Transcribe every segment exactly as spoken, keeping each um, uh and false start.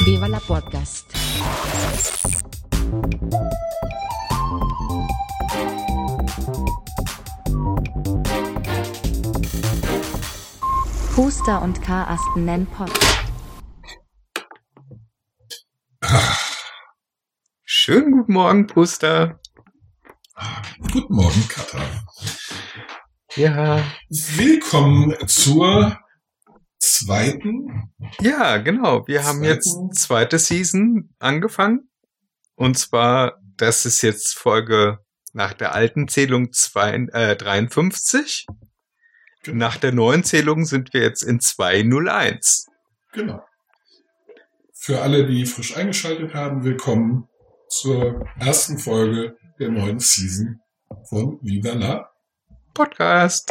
Viva la Podcast. Puster und Karasten nennen Pod. Schönen guten Morgen, Puster. Guten Morgen, Katha. Ja. Willkommen zur zweiten. Ja, genau. Wir haben zweiten. jetzt zweite Season angefangen. Und zwar, das ist jetzt Folge nach der alten Zählung zwei, äh, dreiundfünfzig. Genau. Nach der neuen Zählung sind wir jetzt in zwei null eins. Genau. Für alle, die frisch eingeschaltet haben, willkommen zur ersten Folge der neuen Season von Viva la Podcast.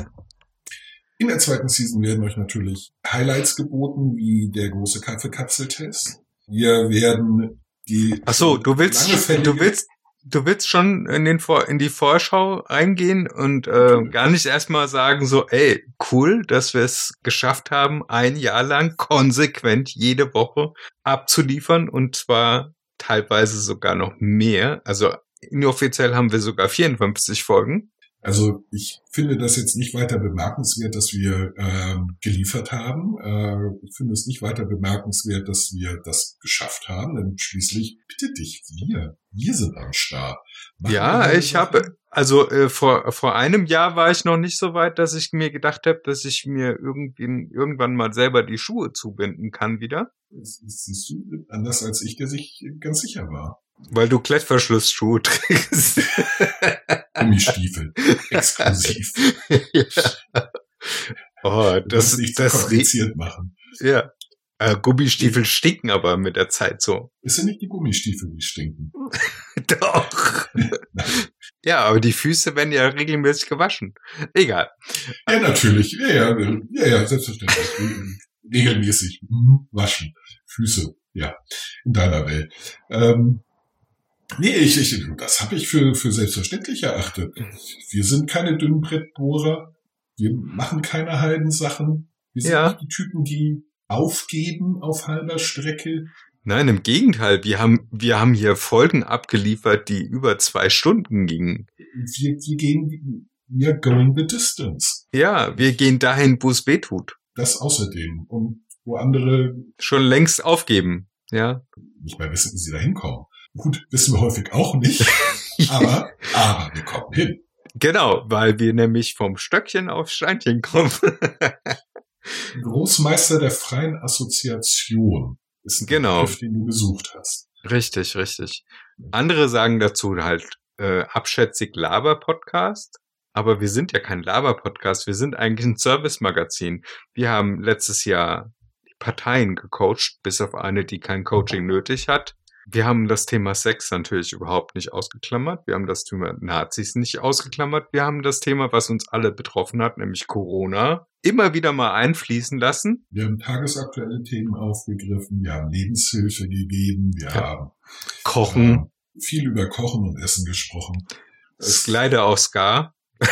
In der zweiten Season werden euch natürlich Highlights geboten, wie der große Kaffeekapseltest. Wir werden die... Ach so, du willst, du willst, du willst schon in den Vor, in die Vorschau reingehen und äh, gar nicht erstmal sagen so, ey, cool, dass wir es geschafft haben, ein Jahr lang konsequent jede Woche abzuliefern und zwar teilweise sogar noch mehr. Also inoffiziell haben wir sogar vierundfünfzig Folgen. Also ich finde das jetzt nicht weiter bemerkenswert, dass wir ähm, geliefert haben. Äh, ich finde es nicht weiter bemerkenswert, dass wir das geschafft haben. Denn schließlich, bitte dich, wir, wir sind am Start. Machen Ja, ich habe, also äh, vor vor einem Jahr war ich noch nicht so weit, dass ich mir gedacht habe, dass ich mir irgendwie irgendwann mal selber die Schuhe zubinden kann wieder. Das siehst du, anders als ich, der sich ganz sicher war. Weil du Klettverschlussschuhe trägst. Gummistiefel, exklusiv. Ja. Oh, das das nicht das so kompliziert machen. Ja. Äh, Gummistiefel stinken aber mit der Zeit so. Es sind nicht die Gummistiefel, die stinken. Doch. Ja, aber die Füße werden ja regelmäßig gewaschen. Egal. Ja, natürlich. Ja, ja, ja, ja selbstverständlich. Regelmäßig mhm. waschen. Füße, ja, in deiner Welt. Ähm, nee, ich, ich, das habe ich für, für selbstverständlich erachtet. Wir sind keine Dünnbrettbohrer. Wir machen keine halben Sachen. Wir sind Ja. nicht die Typen, die aufgeben auf halber Strecke. Nein, im Gegenteil. Wir haben, wir haben hier Folgen abgeliefert, die über zwei Stunden gingen. Wir, wir gehen, wir are going the distance. Ja, wir gehen dahin, wo es weh tut. Das außerdem. Und wo andere Schon längst aufgeben. Ja. nicht mehr wissen, wie sie da hinkommen. Gut, wissen wir häufig auch nicht. aber, aber wir kommen hin. Genau, weil wir nämlich vom Stöckchen auf Steinchen kommen. Großmeister der freien Assoziation ist ein Genau. Begriff, den du gesucht hast. Richtig, richtig. Andere sagen dazu halt äh, abschätzig Laber-Podcast, aber wir sind ja kein Laber-Podcast, wir sind eigentlich ein Service-Magazin. Wir haben letztes Jahr die Parteien gecoacht, bis auf eine, die kein Coaching nötig hat. Wir haben das Thema Sex natürlich überhaupt nicht ausgeklammert. Wir haben das Thema Nazis nicht ausgeklammert. Wir haben das Thema, was uns alle betroffen hat, nämlich Corona, immer wieder mal einfließen lassen. Wir haben tagesaktuelle Themen aufgegriffen, wir haben Lebenshilfe gegeben, wir Ja. haben Kochen, äh, viel über Kochen und Essen gesprochen. es leider auch Ska.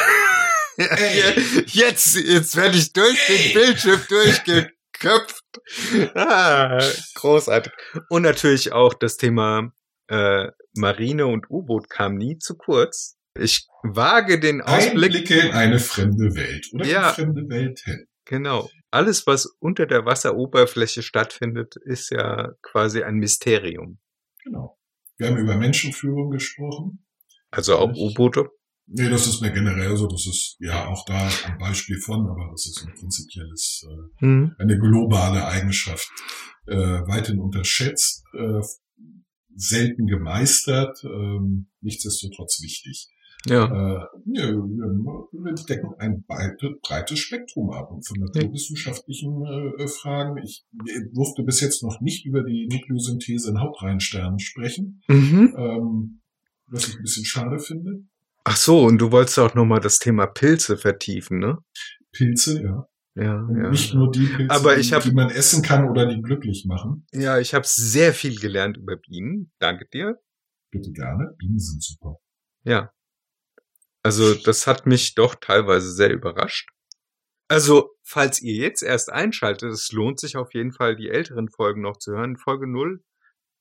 Ey. Jetzt, jetzt werde ich durch den Bildschirm durchgeköpft. Ah, großartig. Und natürlich auch das Thema äh, Marine und U-Boot kam nie zu kurz. Ich wage den Ausblick. Einblicke in eine fremde Welt oder Ja. in fremde Welten. Genau. Alles, was unter der Wasseroberfläche stattfindet, ist ja quasi ein Mysterium. Genau. Wir haben über Menschenführung gesprochen. Also auch U-Boote. Nee, das ist mir generell so, das ist ja auch da ein Beispiel von, aber das ist ein prinzipielles, äh, Mhm. eine globale Eigenschaft, äh, weithin unterschätzt, äh, selten gemeistert, ähm, nichtsdestotrotz wichtig. Ja. Äh, ja, wir decken ein breites, breites Spektrum ab und von naturwissenschaftlichen äh, Fragen. Ich durfte bis jetzt noch nicht über die Nukleosynthese in Hauptreihensternen sprechen, Mhm. ähm, was ich ein bisschen schade finde. Ach so, und du wolltest auch nochmal das Thema Pilze vertiefen, ne? Pilze, ja. Ja, Und ja. nicht nur die Pilze, Aber ich hab- die man essen kann oder die glücklich machen. Ja, ich habe sehr viel gelernt über Bienen. Danke dir. Bitte gerne. Bienen sind super. Ja. Also das hat mich doch teilweise sehr überrascht. Also, falls ihr jetzt erst einschaltet, es lohnt sich auf jeden Fall, die älteren Folgen noch zu hören. Folge null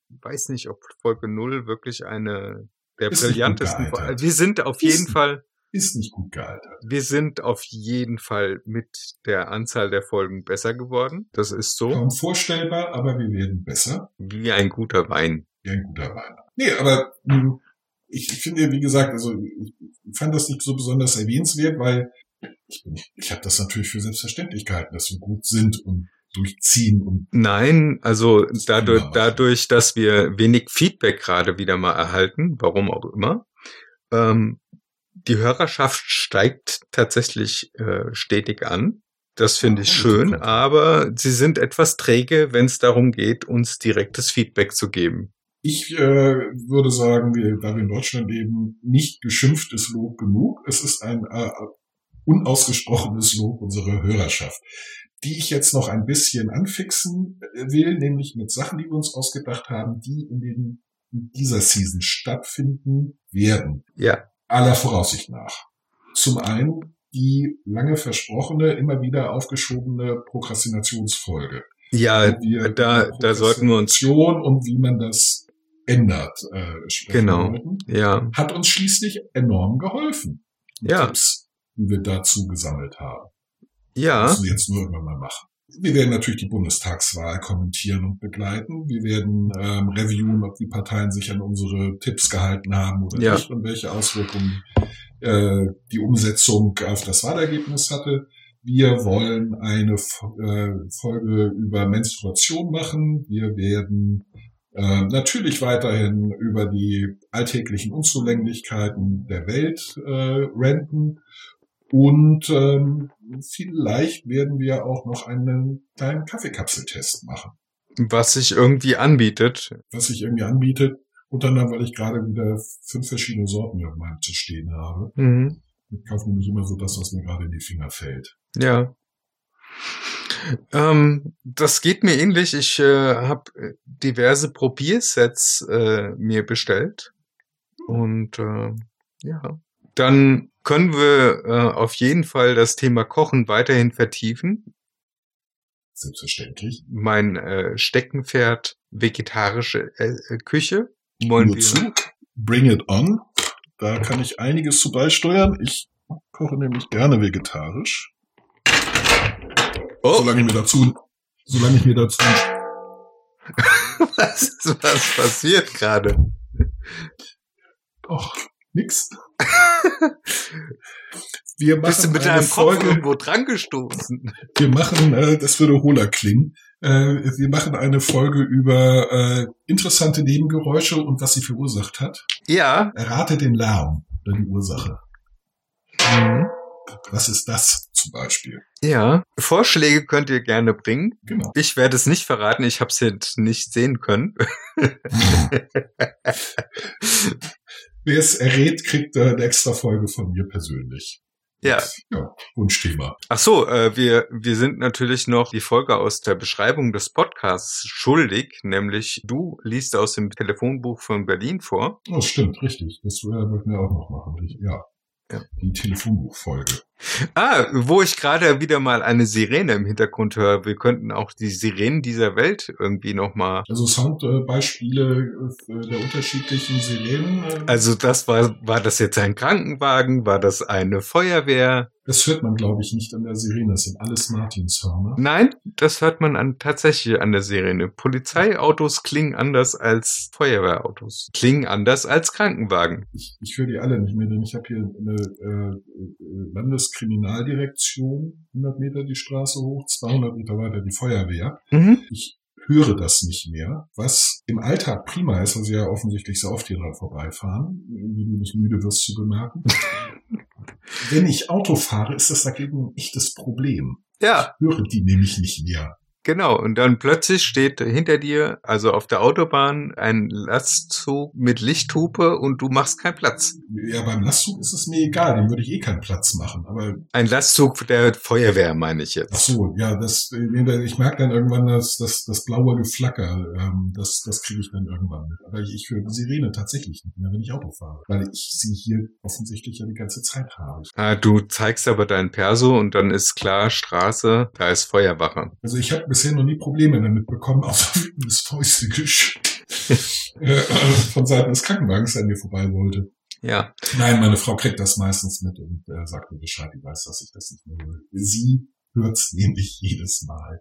weiß nicht, ob Folge null wirklich eine der Ist brillantesten. nicht gut gealtert. Wir sind auf Ist- jeden Fall, Ist nicht gut gealtert. wir sind auf jeden Fall mit der Anzahl der Folgen besser geworden. Das ist so, Kaum vorstellbar, aber wir werden besser. wie ein guter Wein. Ja, ein guter Wein. Nee, aber mh, ich finde, wie gesagt, also ich fand das nicht so besonders erwähnenswert, weil ich, bin- ich habe das natürlich für selbstverständlich gehalten, dass wir gut sind und durchziehen und Nein, also Das dadurch, können wir machen. dadurch, dass wir wenig Feedback gerade wieder mal erhalten, warum auch immer, ähm, die Hörerschaft steigt tatsächlich äh, stetig an. Das finde ich Ja, schön, super. aber sie sind etwas träge, wenn es darum geht, uns direktes Feedback zu geben. ich äh, würde sagen, wir, da wir in Deutschland leben, nicht geschimpft ist Lob genug. Es ist ein äh, unausgesprochenes Lob unserer Hörerschaft, die ich jetzt noch ein bisschen anfixen will, nämlich mit Sachen, die wir uns ausgedacht haben, die in, den, in dieser Season stattfinden werden. Ja, Aller Voraussicht nach. Zum einen die lange versprochene, immer wieder aufgeschobene Prokrastinationsfolge. ja, Wo wir da, über da sollten wir uns, Prokrastination und wie man das ändert äh, sprechen Genau. wollten. ja, Hat uns schließlich enorm geholfen. Die Ja. Tipps, die wir dazu gesammelt haben. ja, Müssen wir jetzt nur irgendwann mal machen. Wir werden natürlich die Bundestagswahl kommentieren und begleiten. Wir werden ähm, reviewen, ob die Parteien sich an unsere Tipps gehalten haben oder Ja. nicht und welche Auswirkungen äh, die Umsetzung auf das Wahlergebnis hatte. Wir wollen eine F- äh, Folge über Menstruation machen. Wir werden äh, natürlich weiterhin über die alltäglichen Unzulänglichkeiten der Welt äh, ranten. Und ähm, vielleicht werden wir auch noch einen kleinen Kaffeekapseltest machen, was sich irgendwie anbietet. was sich irgendwie anbietet. Unter anderem, weil ich gerade wieder fünf verschiedene Sorten auf meinem Tisch stehen habe. Mhm. Ich kaufe nämlich immer so das, was mir gerade in die Finger fällt. Ja. Ähm, das geht mir ähnlich. Ich äh, habe diverse Probiersets äh, mir bestellt. Und äh, ja, dann können wir äh, auf jeden Fall das Thema Kochen weiterhin vertiefen. Selbstverständlich. Mein äh, Steckenpferd vegetarische äh, äh, Küche. Wollen Nur wir zu. Bring it on. Da kann ich einiges zu beisteuern. Ich koche nämlich gerne vegetarisch. Oh, Solange ich mir dazu, solange ich mir dazu was, ist- was passiert gerade? Och, nix. Wir machen Bist du mit eine deinem Kopf Folge, irgendwo dran gestoßen? wir machen, äh, das würde hohler klingen, äh, wir machen eine Folge über äh, interessante Nebengeräusche und was sie verursacht hat. Ja. Errate den Lärm oder die Ursache. Mhm. Was ist das zum Beispiel? Ja. Vorschläge könnt ihr gerne bringen. Genau. Ich werde es nicht verraten, ich habe es jetzt nicht sehen können. Wer es errät, kriegt äh, eine extra Folge von mir persönlich. Ja. Ja, Wunschthema. Ach so, äh, wir wir sind natürlich noch die Folge aus der Beschreibung des Podcasts schuldig, nämlich du liest aus dem Telefonbuch von Berlin vor. Oh, stimmt, richtig. Das äh, wollten wir auch noch machen. richtig. Ja. Ja. Die Telefonbuchfolge. Ah, wo ich gerade wieder mal eine Sirene im Hintergrund höre. Wir könnten auch die Sirenen dieser Welt irgendwie nochmal. Also Soundbeispiele äh, der unterschiedlichen Sirenen. Äh, Also das war, war das jetzt ein Krankenwagen? War das eine Feuerwehr? das hört man, glaube ich, nicht an der Sirene. Das sind alles Martinshörner. Nein, das hört man an, tatsächlich an der Sirene. Polizeiautos klingen anders als Feuerwehrautos. Klingen anders als Krankenwagen. Ich, ich höre die alle nicht mehr, denn ich habe hier eine äh, Landeskriminaldirektion, hundert Meter die Straße hoch, zweihundert Meter weiter die Feuerwehr. Mhm. Ich höre das nicht mehr, was im Alltag prima ist, weil sie ja offensichtlich sehr oft hier dran vorbeifahren, wie du nicht müde wirst zu bemerken. Wenn ich Auto fahre, ist das dagegen ein echtes Problem. Ja, Ich höre die nämlich nicht mehr. genau. Und dann plötzlich steht hinter dir, also auf der Autobahn, ein Lastzug mit Lichthupe und du machst keinen Platz. Ja, beim Lastzug ist es mir egal, dem würde ich eh keinen Platz machen. Aber Ein Lastzug der Feuerwehr, meine ich ach jetzt. so, ja, das, ich merke dann irgendwann das, das, das blaue Geflacker, ähm, das, das kriege ich dann irgendwann mit. Aber ich, ich höre die Sirene tatsächlich nicht mehr, wenn ich Auto fahre, weil ich sie hier offensichtlich ja die ganze Zeit habe. Ah, du zeigst aber dein Perso und dann ist klar, Straße, da ist Feuerwache. Also ich habe bisher noch nie Probleme damit bekommen, außer das Fäustigisch. äh, von Seiten des Krankenwagens an mir vorbei wollte. Ja. Nein, meine Frau kriegt das meistens mit und äh, sagt mir Bescheid, die weiß, dass ich das nicht mehr will. Sie hört's nämlich jedes Mal.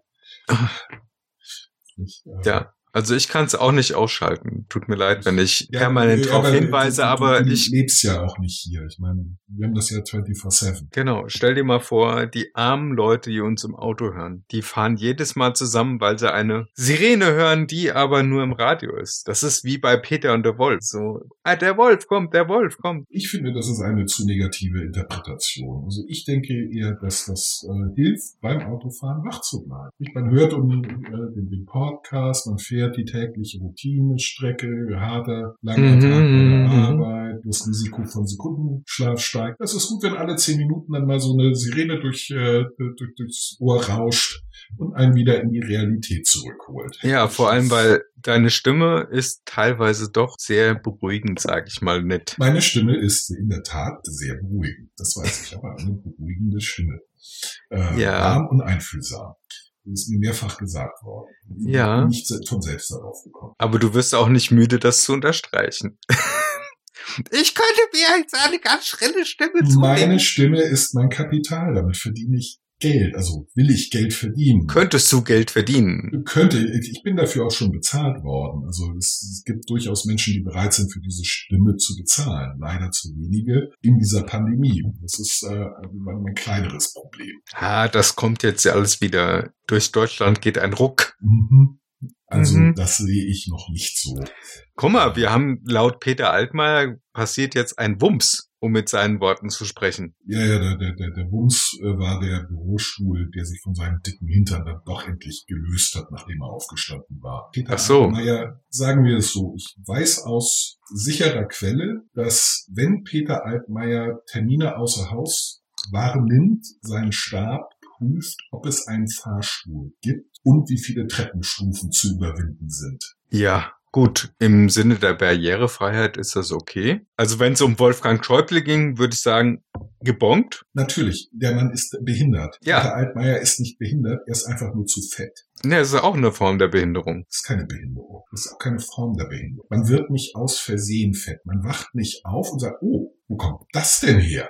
Ich, äh, Ja. Also ich kann es auch nicht ausschalten. Tut mir leid, wenn ich ja, permanent ja, darauf aber hinweise, du, aber du, du ich... Du lebst ja auch nicht hier. Ich meine, wir haben das ja vierundzwanzig sieben. Genau, stell dir mal vor, die armen Leute, die uns im Auto hören, die fahren jedes Mal zusammen, weil sie eine Sirene hören, die aber nur im Radio ist. Das ist wie bei Peter und der Wolf. So, ah, der Wolf kommt, der Wolf kommt. Ich finde, das ist eine zu negative Interpretation. Also ich denke eher, dass das äh, hilft, beim Autofahren wach zu bleiben. Man hört um äh, den, den Podcast, man fährt die tägliche Routine-Strecke, harter, langer Mhm, Tag bei der mhm. Arbeit, das Risiko von Sekundenschlaf steigt. Das ist gut, wenn alle zehn Minuten dann mal so eine Sirene durch, äh, durch durchs Ohr rauscht und einen wieder in die Realität zurückholt. Ja, vor allem, weil deine Stimme ist teilweise doch sehr beruhigend, sag ich mal nett. Meine Stimme ist in der Tat sehr beruhigend. Das weiß ich, aber eine beruhigende Stimme. Äh, Ja. Warm und einfühlsam. Das ist mir mehrfach gesagt worden. Ja. Ich bin nicht von selbst darauf gekommen. Aber du wirst auch nicht müde, das zu unterstreichen. Ich könnte mir jetzt eine ganz schrille Stimme zulegen. Meine Stimme ist mein Kapital. Damit verdiene ich Geld. Also will ich Geld verdienen. Könntest du Geld verdienen? Könnte. Ich bin dafür auch schon bezahlt worden. Also es, es gibt durchaus Menschen, die bereit sind, für diese Stimme zu bezahlen. Leider zu wenige in dieser Pandemie. Das ist äh, ein, ein kleineres Problem. Ah, das kommt jetzt ja alles wieder. Durch Deutschland geht ein Ruck. Mhm. Also Mhm. das sehe ich noch nicht so. Guck mal, wir haben laut Peter Altmaier passiert jetzt ein Wumms, um mit seinen Worten zu sprechen. Ja, ja, der, der, der, der Wumms äh, war der Bürostuhl, der sich von seinem dicken Hintern dann doch endlich gelöst hat, nachdem er aufgestanden war. Peter Ach so. Altmaier, sagen wir es so, ich weiß aus sicherer Quelle, dass wenn Peter Altmaier Termine außer Haus wahrnimmt, sein Stab prüft, ob es einen Fahrstuhl gibt und wie viele Treppenstufen zu überwinden sind. Ja, gut, im Sinne der Barrierefreiheit ist das okay. Also wenn es um Wolfgang Schäuble ging, würde ich sagen, gebongt. Natürlich, der Mann ist behindert. Ja. Peter Altmaier ist nicht behindert, er ist einfach nur zu fett. Ne, das ist auch eine Form der Behinderung. Das ist keine Behinderung. Das ist auch keine Form der Behinderung. Man wird nicht aus Versehen fett. Man wacht nicht auf und sagt, oh, wo kommt das denn her?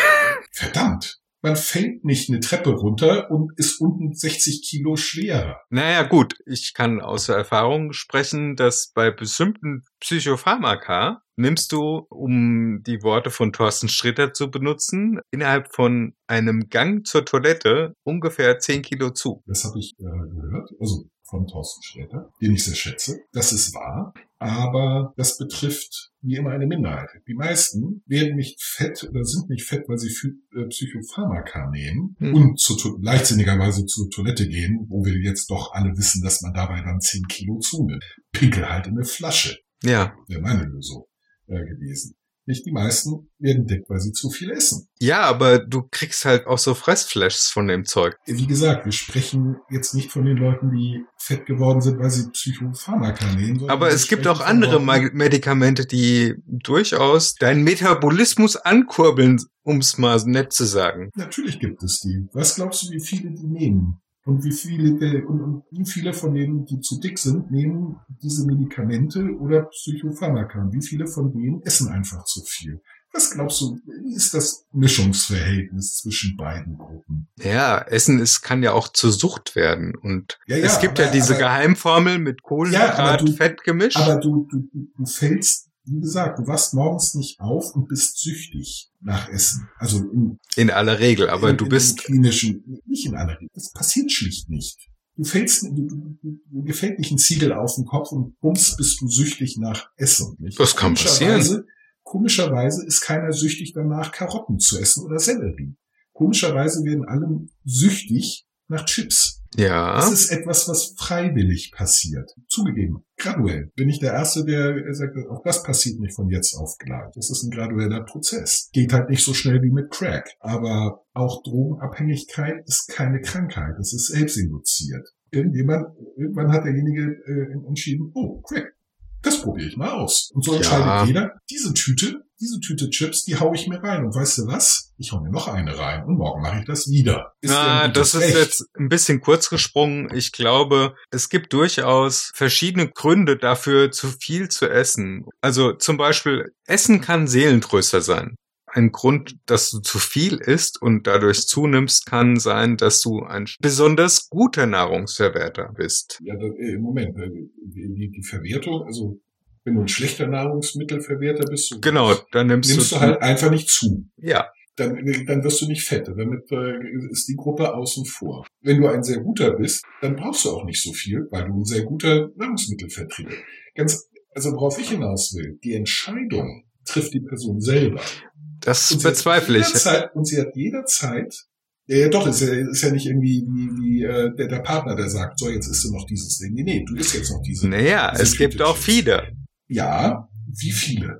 Verdammt. Man fällt nicht eine Treppe runter und ist unten sechzig Kilo schwerer. Naja, gut, ich kann aus der Erfahrung sprechen, dass bei bestimmten Psychopharmaka nimmst du, um die Worte von Thorsten Sträter zu benutzen, innerhalb von einem Gang zur Toilette ungefähr zehn Kilo zu. Das habe ich äh, gehört, also von Thorsten Sträter, den ich sehr schätze. Das ist wahr, aber das betrifft wie immer eine Minderheit. Die meisten werden nicht fett oder sind nicht fett, weil sie äh, Psychopharmaka nehmen hm. und zu, leichtsinnigerweise zur Toilette gehen, wo wir jetzt doch alle wissen, dass man dabei dann zehn Kilo zunimmt. Pinkel halt in eine Flasche. Ja. Wäre meine Lösung äh, gewesen. Nicht die meisten werden dick, weil sie zu viel essen. Ja, aber du kriegst halt auch so Fressflashs von dem Zeug. Wie gesagt, wir sprechen jetzt nicht von den Leuten, die fett geworden sind, weil sie Psychopharmaka nehmen. Aber es gibt auch andere Leuten, Medikamente, die durchaus deinen Metabolismus ankurbeln, um es mal nett zu sagen. Natürlich gibt es die. Was glaubst du, wie viele die nehmen? Und wie viele, äh, und, und wie viele von denen, die zu dick sind, nehmen diese Medikamente oder Psychopharmaka? Wie viele von denen essen einfach zu viel? Was glaubst du, wie ist das Mischungsverhältnis zwischen beiden Gruppen? Ja, Essen ist, kann ja auch zur Sucht werden. Und ja, ja, es gibt aber, ja diese aber, Geheimformel mit Kohlenhydrat, ja, Fett gemischt. Aber du, du, du fällst, wie gesagt, du wachst morgens nicht auf und bist süchtig nach Essen. Also in, in aller Regel, aber in, du in bist... klinischen, nicht in aller Regel. Das passiert schlicht nicht. Du fällst, du, du, du gefällt nicht ein Ziegel auf den Kopf und bums bist du süchtig nach Essen. Nicht? Das kann passieren. Komischerweise ist keiner süchtig danach, Karotten zu essen oder Sellerie. Komischerweise werden alle süchtig nach Chips. Ja. Das ist etwas, was freiwillig passiert. Zugegeben, graduell. Bin ich der Erste, der sagt, auch das passiert nicht von jetzt auf gleich. Das ist ein gradueller Prozess. Geht halt nicht so schnell wie mit Crack. Aber auch Drogenabhängigkeit ist keine Krankheit. Das ist selbstinduziert. Irgendjemand, irgendwann hat derjenige äh, entschieden, oh, Crack. Das probiere ich mal aus. Und so entscheidet ja. jeder, diese Tüte, diese Tüte Chips, die hau ich mir rein. Und weißt du was? Ich hau mir noch eine rein und morgen mache ich das wieder. Ist Na, das ist recht? Jetzt ein bisschen kurz gesprungen. Ich glaube, es gibt durchaus verschiedene Gründe dafür, zu viel zu essen. Also zum Beispiel, Essen kann Seelentröster sein. Ein Grund, dass du zu viel isst und dadurch zunimmst, kann sein, dass du ein besonders guter Nahrungsverwerter bist. Ja, im Moment, die, die Verwertung, also wenn du ein schlechter Nahrungsmittelverwerter bist, so genau, dann nimmst, nimmst du, du halt einfach nicht zu. Ja. Dann, dann wirst du nicht fett. Damit äh, ist die Gruppe außen vor. Wenn du ein sehr guter bist, dann brauchst du auch nicht so viel, weil du ein sehr guter Nahrungsmittelverträger. Ganz, also worauf ich hinaus will, die Entscheidung trifft die Person selber. Das bezweifle ich. Jederzeit, und sie hat jederzeit, ja, ja doch, ist ja, ist ja nicht irgendwie wie, wie äh, der, der Partner, der sagt, so, jetzt isst du noch dieses Ding. Nee, nee, du isst jetzt noch diese. Naja, diese es Tüte gibt auch viele. Ja, wie viele?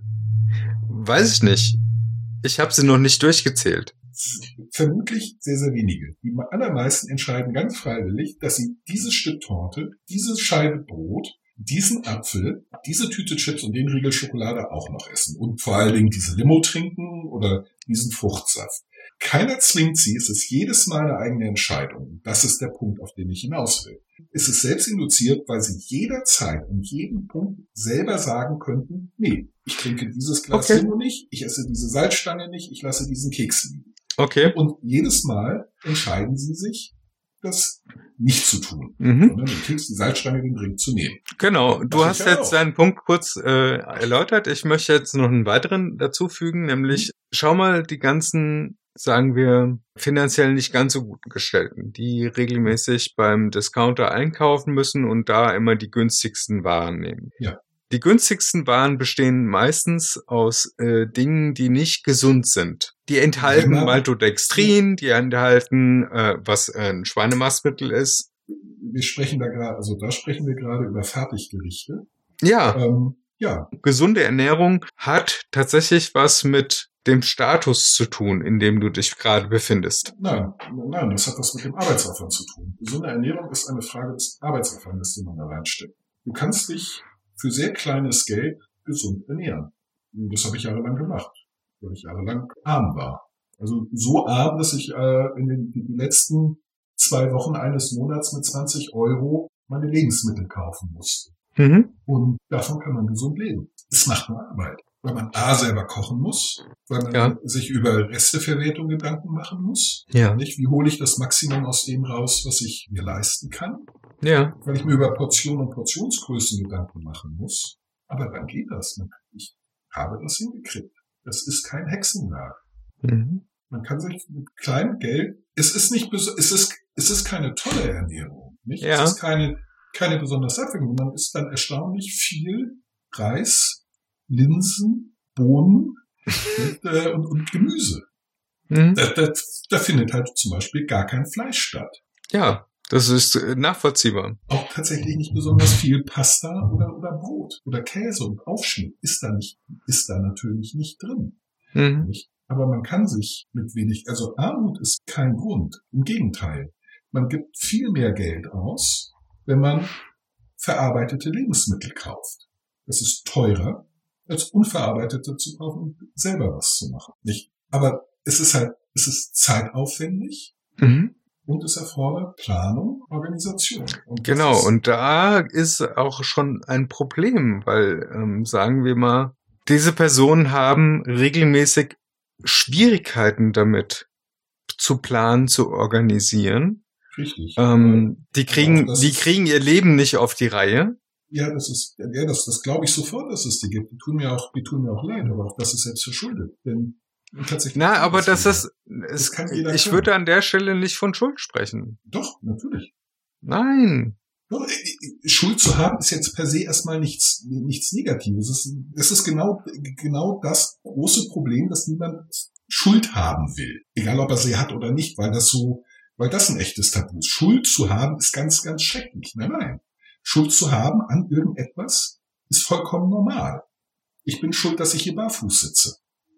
Weiß ich nicht. Ich habe sie noch nicht durchgezählt. Vermutlich sehr, sehr wenige. Die allermeisten entscheiden ganz freiwillig, dass sie dieses Stück Torte, diese Scheibe Brot, diesen Apfel, diese Tüte Chips und den Riegel Schokolade auch noch essen. Und vor allen Dingen diese Limo trinken oder diesen Fruchtsaft. Keiner zwingt sie, es ist jedes Mal eine eigene Entscheidung. Das ist der Punkt, auf den ich hinaus will. Es ist selbst induziert, weil sie jederzeit und jeden Punkt selber sagen könnten, nee, ich trinke dieses Glas okay. Limo nicht, ich esse diese Salzstange nicht, ich lasse diesen Keks liegen. Okay. Und jedes Mal entscheiden sie sich, das nicht zu tun, mhm. sondern den Keks, die Salzstange, den Drink zu nehmen. Genau, du hast jetzt auch. deinen Punkt kurz äh, erläutert. Ich möchte jetzt noch einen weiteren dazu fügen, nämlich mhm. schau mal die ganzen, sagen wir, finanziell nicht ganz so gut gestellten, die regelmäßig beim Discounter einkaufen müssen und da immer die günstigsten Waren nehmen. Ja. Die günstigsten Waren bestehen meistens aus äh, Dingen, die nicht gesund sind. Die enthalten genau. Maltodextrin, die enthalten, äh, was äh, ein Schweinemastmittel ist. Wir sprechen da gerade, also da sprechen wir gerade über Fertiggerichte. Ja. Ähm, ja. Gesunde Ernährung hat tatsächlich was mit dem Status zu tun, in dem du dich gerade befindest. Nein, nein, das hat was mit dem Arbeitsaufwand zu tun. Gesunde Ernährung ist eine Frage des Arbeitsaufwandes, den man da reinsteckt. Du kannst dich für sehr kleines Geld gesund ernähren. Und das habe ich jahrelang gemacht, weil ich jahrelang arm war. Also so arm, dass ich äh, in den die letzten zwei Wochen eines Monats mit zwanzig Euro meine Lebensmittel kaufen musste. Mhm. Und davon kann man gesund leben. Es macht nur Arbeit, weil man A, selber kochen muss, weil man ja. sich über Resteverwertung Gedanken machen muss. Ja. Nicht, wie hole ich das Maximum aus dem raus, was ich mir leisten kann? Ja. Weil ich mir über Portionen und Portionsgrößen Gedanken machen muss. Aber dann geht das. Ich habe das hingekriegt. Das ist kein Hexenwerk. Mhm. Man kann sich mit kleinem Geld, es ist nicht, es ist, es ist keine tolle Ernährung, nicht? Ja. Es ist keine, keine besonders Sättigung. Man isst dann erstaunlich viel Reis, Linsen, Bohnen und, äh, und, und Gemüse. Mhm. Da, da, da findet halt zum Beispiel gar kein Fleisch statt. Ja. Das ist nachvollziehbar. Auch tatsächlich nicht besonders viel Pasta oder, oder Brot oder Käse und Aufschnitt ist da nicht, ist da natürlich nicht drin. Mhm. Nicht? Aber man kann sich mit wenig, also Armut ist kein Grund. Im Gegenteil. Man gibt viel mehr Geld aus, wenn man verarbeitete Lebensmittel kauft. Das ist teurer, als unverarbeitete zu kaufen und selber was zu machen. Nicht? Aber es ist halt, es ist zeitaufwendig. Mhm. Und es erfordert Planung, Organisation. Und genau, und da ist auch schon ein Problem, weil, ähm, sagen wir mal, diese Personen haben regelmäßig Schwierigkeiten damit zu planen, zu organisieren. Richtig. Ähm, die kriegen, die kriegen ihr Leben nicht auf die Reihe. Ja, das ist, ja, das, das glaube ich sofort, dass es die gibt. Die tun mir auch, die tun mir auch leid, aber auch das ist selbst verschuldet. Denn Na, aber das ist, es, kann jeder ich können. würde an der Stelle nicht von Schuld sprechen. Doch, natürlich. Nein. Doch, Schuld zu haben ist jetzt per se erstmal nichts, nichts Negatives. Es ist, es ist genau, genau das große Problem, dass niemand Schuld haben will. Egal, ob er sie hat oder nicht, weil das so, weil das ein echtes Tabu ist. Schuld zu haben ist ganz, ganz schrecklich. Nein, nein. Schuld zu haben an irgendetwas ist vollkommen normal. Ich bin schuld, dass ich hier barfuß sitze.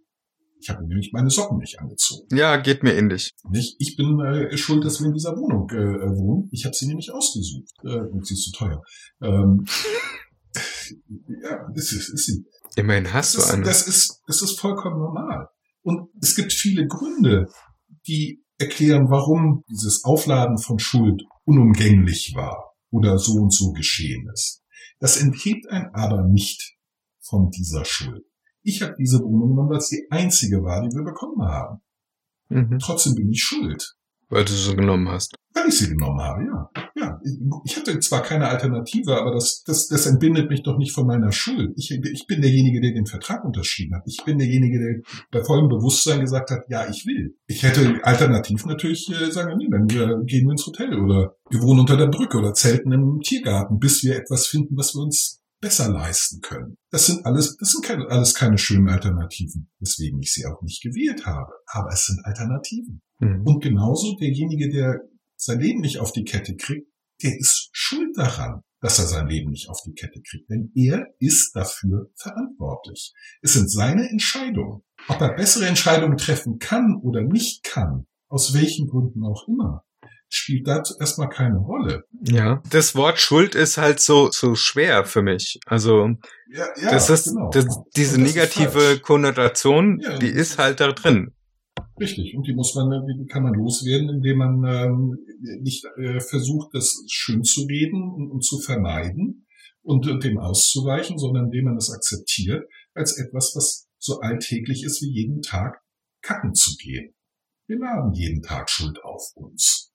Ich habe nämlich meine Socken nicht angezogen. Ja, geht mir ähnlich. Nicht? Ich bin äh, schuld, dass wir in dieser Wohnung äh, wohnen. Ich habe sie nämlich ausgesucht. Äh, und sie ist zu teuer. Ähm, ja, das ist, ist sie. Immerhin hast das du ist, eine. Das ist, das ist vollkommen normal. Und es gibt viele Gründe, die erklären, warum dieses Aufladen von Schuld unumgänglich war oder so und so geschehen ist. Das enthebt einen aber nicht von dieser Schuld. Ich habe diese Wohnung genommen, weil es die einzige war, die wir bekommen haben. Mhm. Trotzdem bin ich schuld. Weil du sie genommen hast. Weil ich sie genommen habe, ja. Ja, ich hatte zwar keine Alternative, aber das, das, das entbindet mich doch nicht von meiner Schuld. Ich, ich bin derjenige, der den Vertrag unterschrieben hat. Ich bin derjenige, der bei vollem Bewusstsein gesagt hat, ja, ich will. Ich hätte alternativ natürlich äh, sagen, nee, dann äh, gehen wir ins Hotel oder wir wohnen unter der Brücke oder zelten im Tiergarten, bis wir etwas finden, was wir uns besser leisten können. Das sind alles, das sind keine, alles keine schönen Alternativen, weswegen ich sie auch nicht gewählt habe. Aber es sind Alternativen. Mhm. Und genauso derjenige, der sein Leben nicht auf die Kette kriegt, der ist schuld daran, dass er sein Leben nicht auf die Kette kriegt. Denn er ist dafür verantwortlich. Es sind seine Entscheidungen. Ob er bessere Entscheidungen treffen kann oder nicht kann, aus welchen Gründen auch immer, spielt das erstmal keine Rolle. Ja, das Wort Schuld ist halt so so schwer für mich. Also ja, ja, das ist genau. das, diese das negative Konnotation, ja, die ist halt da drin. Richtig, und die muss man, die kann man loswerden, indem man ähm, nicht äh, versucht, das schön zu reden und, und zu vermeiden und, und dem auszuweichen, sondern indem man das akzeptiert als etwas, was so alltäglich ist, wie jeden Tag kacken zu gehen. Wir laden jeden Tag Schuld auf uns.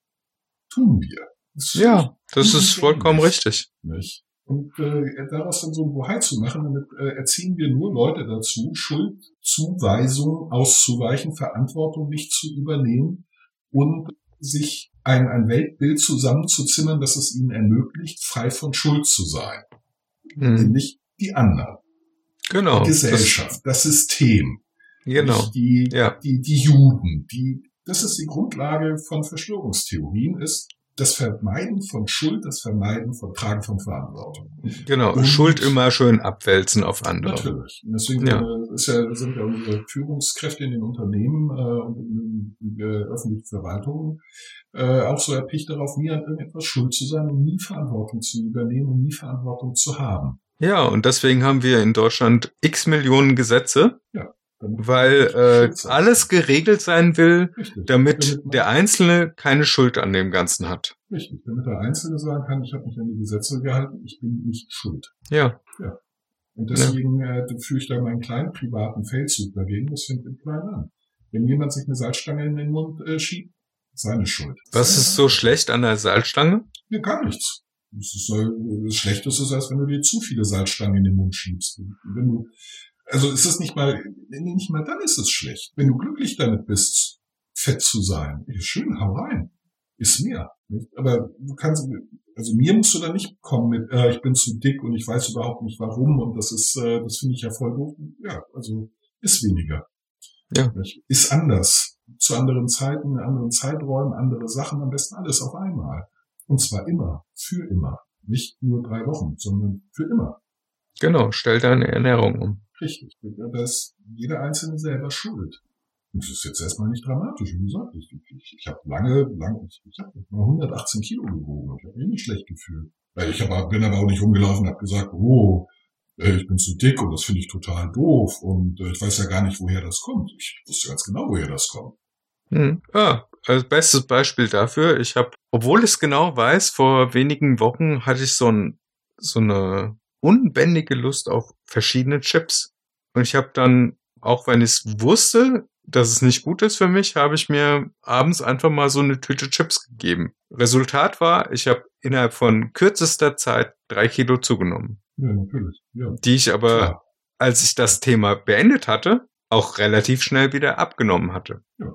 Tun wir. Das ja, das ist vollkommen richtig. Nicht? Und äh, daraus dann so ein Bohai zu machen, damit äh, erziehen wir nur Leute dazu, Schuldzuweisung auszuweichen, Verantwortung nicht zu übernehmen und sich ein, ein Weltbild zusammenzuzimmern, das es ihnen ermöglicht, frei von Schuld zu sein. Hm. Nämlich die anderen. Genau. Die Gesellschaft, das, das System. Genau. Die, ja. die, die Juden, die, das ist die Grundlage von Verschwörungstheorien, ist das Vermeiden von Schuld, das Vermeiden von Tragen von Verantwortung. Genau, und Schuld immer schön abwälzen auf andere. Natürlich. Und deswegen ja. Ist ja, sind ja unsere Führungskräfte in den Unternehmen äh, und in, in der öffentlichen Verwaltung äh, auch so erpicht darauf, nie an irgendetwas schuld zu sein und nie Verantwortung zu übernehmen und nie Verantwortung zu haben. Ja, und deswegen haben wir in Deutschland x Millionen Gesetze. Ja. Weil äh, alles geregelt sein will, Richtig. damit, damit der Einzelne keine Schuld an dem Ganzen hat. Richtig, damit der Einzelne sagen kann, ich habe mich an die Gesetze gehalten, ich bin nicht schuld. Ja. ja. Und deswegen ja. äh, führe ich da meinen kleinen privaten Feldzug dagegen, das fängt im Kleinen an. Wenn jemand sich eine Salzstange in den Mund äh, schiebt, seine Schuld. Was seine ist so schlecht an der Salzstange? Ja, gar nichts. Das, ist, äh, das Schlechteste ist, als wenn du dir zu viele Salzstangen in den Mund schiebst. Und wenn du Also ist es nicht mal, nicht mal dann ist es schlecht. Wenn du glücklich damit bist, fett zu sein, ist schön, hau rein. Ist mehr. Aber du kannst, also mir musst du da nicht kommen mit, äh, ich bin zu dick und ich weiß überhaupt nicht warum und das ist, äh, das finde ich ja voll doof. Ja, also ist weniger. Ja. Ist anders. Zu anderen Zeiten, in anderen Zeiträumen, andere Sachen, am besten alles auf einmal. Und zwar immer, für immer. Nicht nur drei Wochen, sondern für immer. Genau, stell deine Ernährung um. Richtig, da ist jeder Einzelne selber schuld. Und das ist jetzt erstmal nicht dramatisch, wie gesagt. Ich, ich, ich habe lange, lange, ich, ich habe mal hundertachtzehn Kilo gewogen. Ich habe mich nicht schlecht gefühlt. Ich hab, bin aber auch nicht rumgelaufen und habe gesagt, oh, ich bin zu dick und das finde ich total doof. Und ich weiß ja gar nicht, woher das kommt. Ich wusste ganz genau, woher das kommt. Hm. Ah, als bestes Beispiel dafür, ich habe, obwohl ich es genau weiß, vor wenigen Wochen hatte ich so, ein, so eine unbändige Lust auf verschiedene Chips. Und ich habe dann, auch wenn ich es wusste, dass es nicht gut ist für mich, habe ich mir abends einfach mal so eine Tüte Chips gegeben. Resultat war, ich habe innerhalb von kürzester Zeit drei Kilo zugenommen. Ja, natürlich. Ja. Die ich aber, ja. als ich das Thema beendet hatte, auch relativ schnell wieder abgenommen hatte. Ja.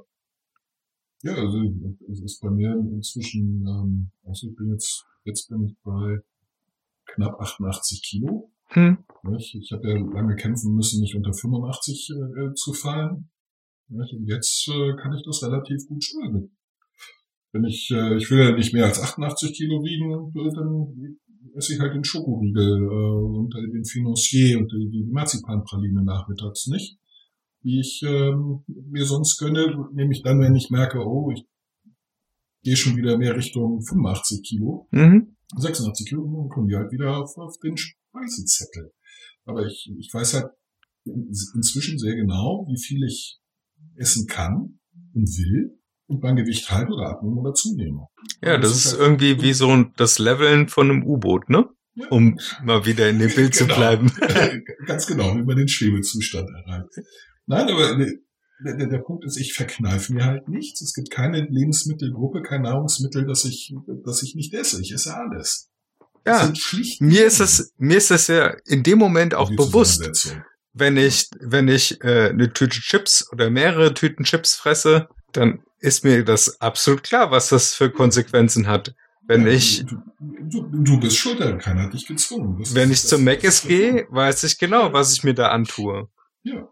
Ja, also es ist bei mir inzwischen, ähm, also ich bin jetzt, jetzt bin ich bei knapp achtundachtzig Kilo. Hm. Ich, ich habe ja lange kämpfen müssen, nicht unter fünfundachtzig äh, zu fallen. Und jetzt äh, kann ich das relativ gut steuern. Wenn ich, äh, ich will ja nicht mehr als achtundachtzig Kilo wiegen, dann esse ich halt den Schokoriegel äh, und den Financier und die, die Marzipanpraline nachmittags nicht, wie ich ähm, mir sonst gönne, nämlich dann, wenn ich merke, oh, ich gehe schon wieder mehr Richtung fünfundachtzig Kilo. Mhm. sechsundachtzig Kilo, dann kommen die halt wieder auf, auf den Speisezettel. Aber ich, ich weiß halt, inzwischen sehr genau, wie viel ich essen kann und will und mein Gewicht halte oder abnehme oder zunehme. Ja, das ist irgendwie wie so das Leveln von einem U-Boot, ne? Ja. Um mal wieder in dem Bild Genau. zu bleiben. Ganz genau, wie man den Schwebezustand erreicht. Nein, aber der, der, der Punkt ist, ich verkneife mir halt nichts. Es gibt keine Lebensmittelgruppe, kein Nahrungsmittel, das ich, das ich nicht esse. Ich esse alles. Das Ja, sind schlicht mir ist es, mir ist es ja in dem Moment auch die bewusst, Zusammensetzung. wenn ich, wenn ich äh, eine Tüte Chips oder mehrere Tüten Chips fresse, dann ist mir das absolut klar, was das für Konsequenzen hat. Wenn Ja, ich, du, du, du bist schuld, daran, keiner hat dich gezwungen. Das wenn ist, ich das, zum das Mc's ist gehe, weiß ich genau, was ich mir da antue. Ja.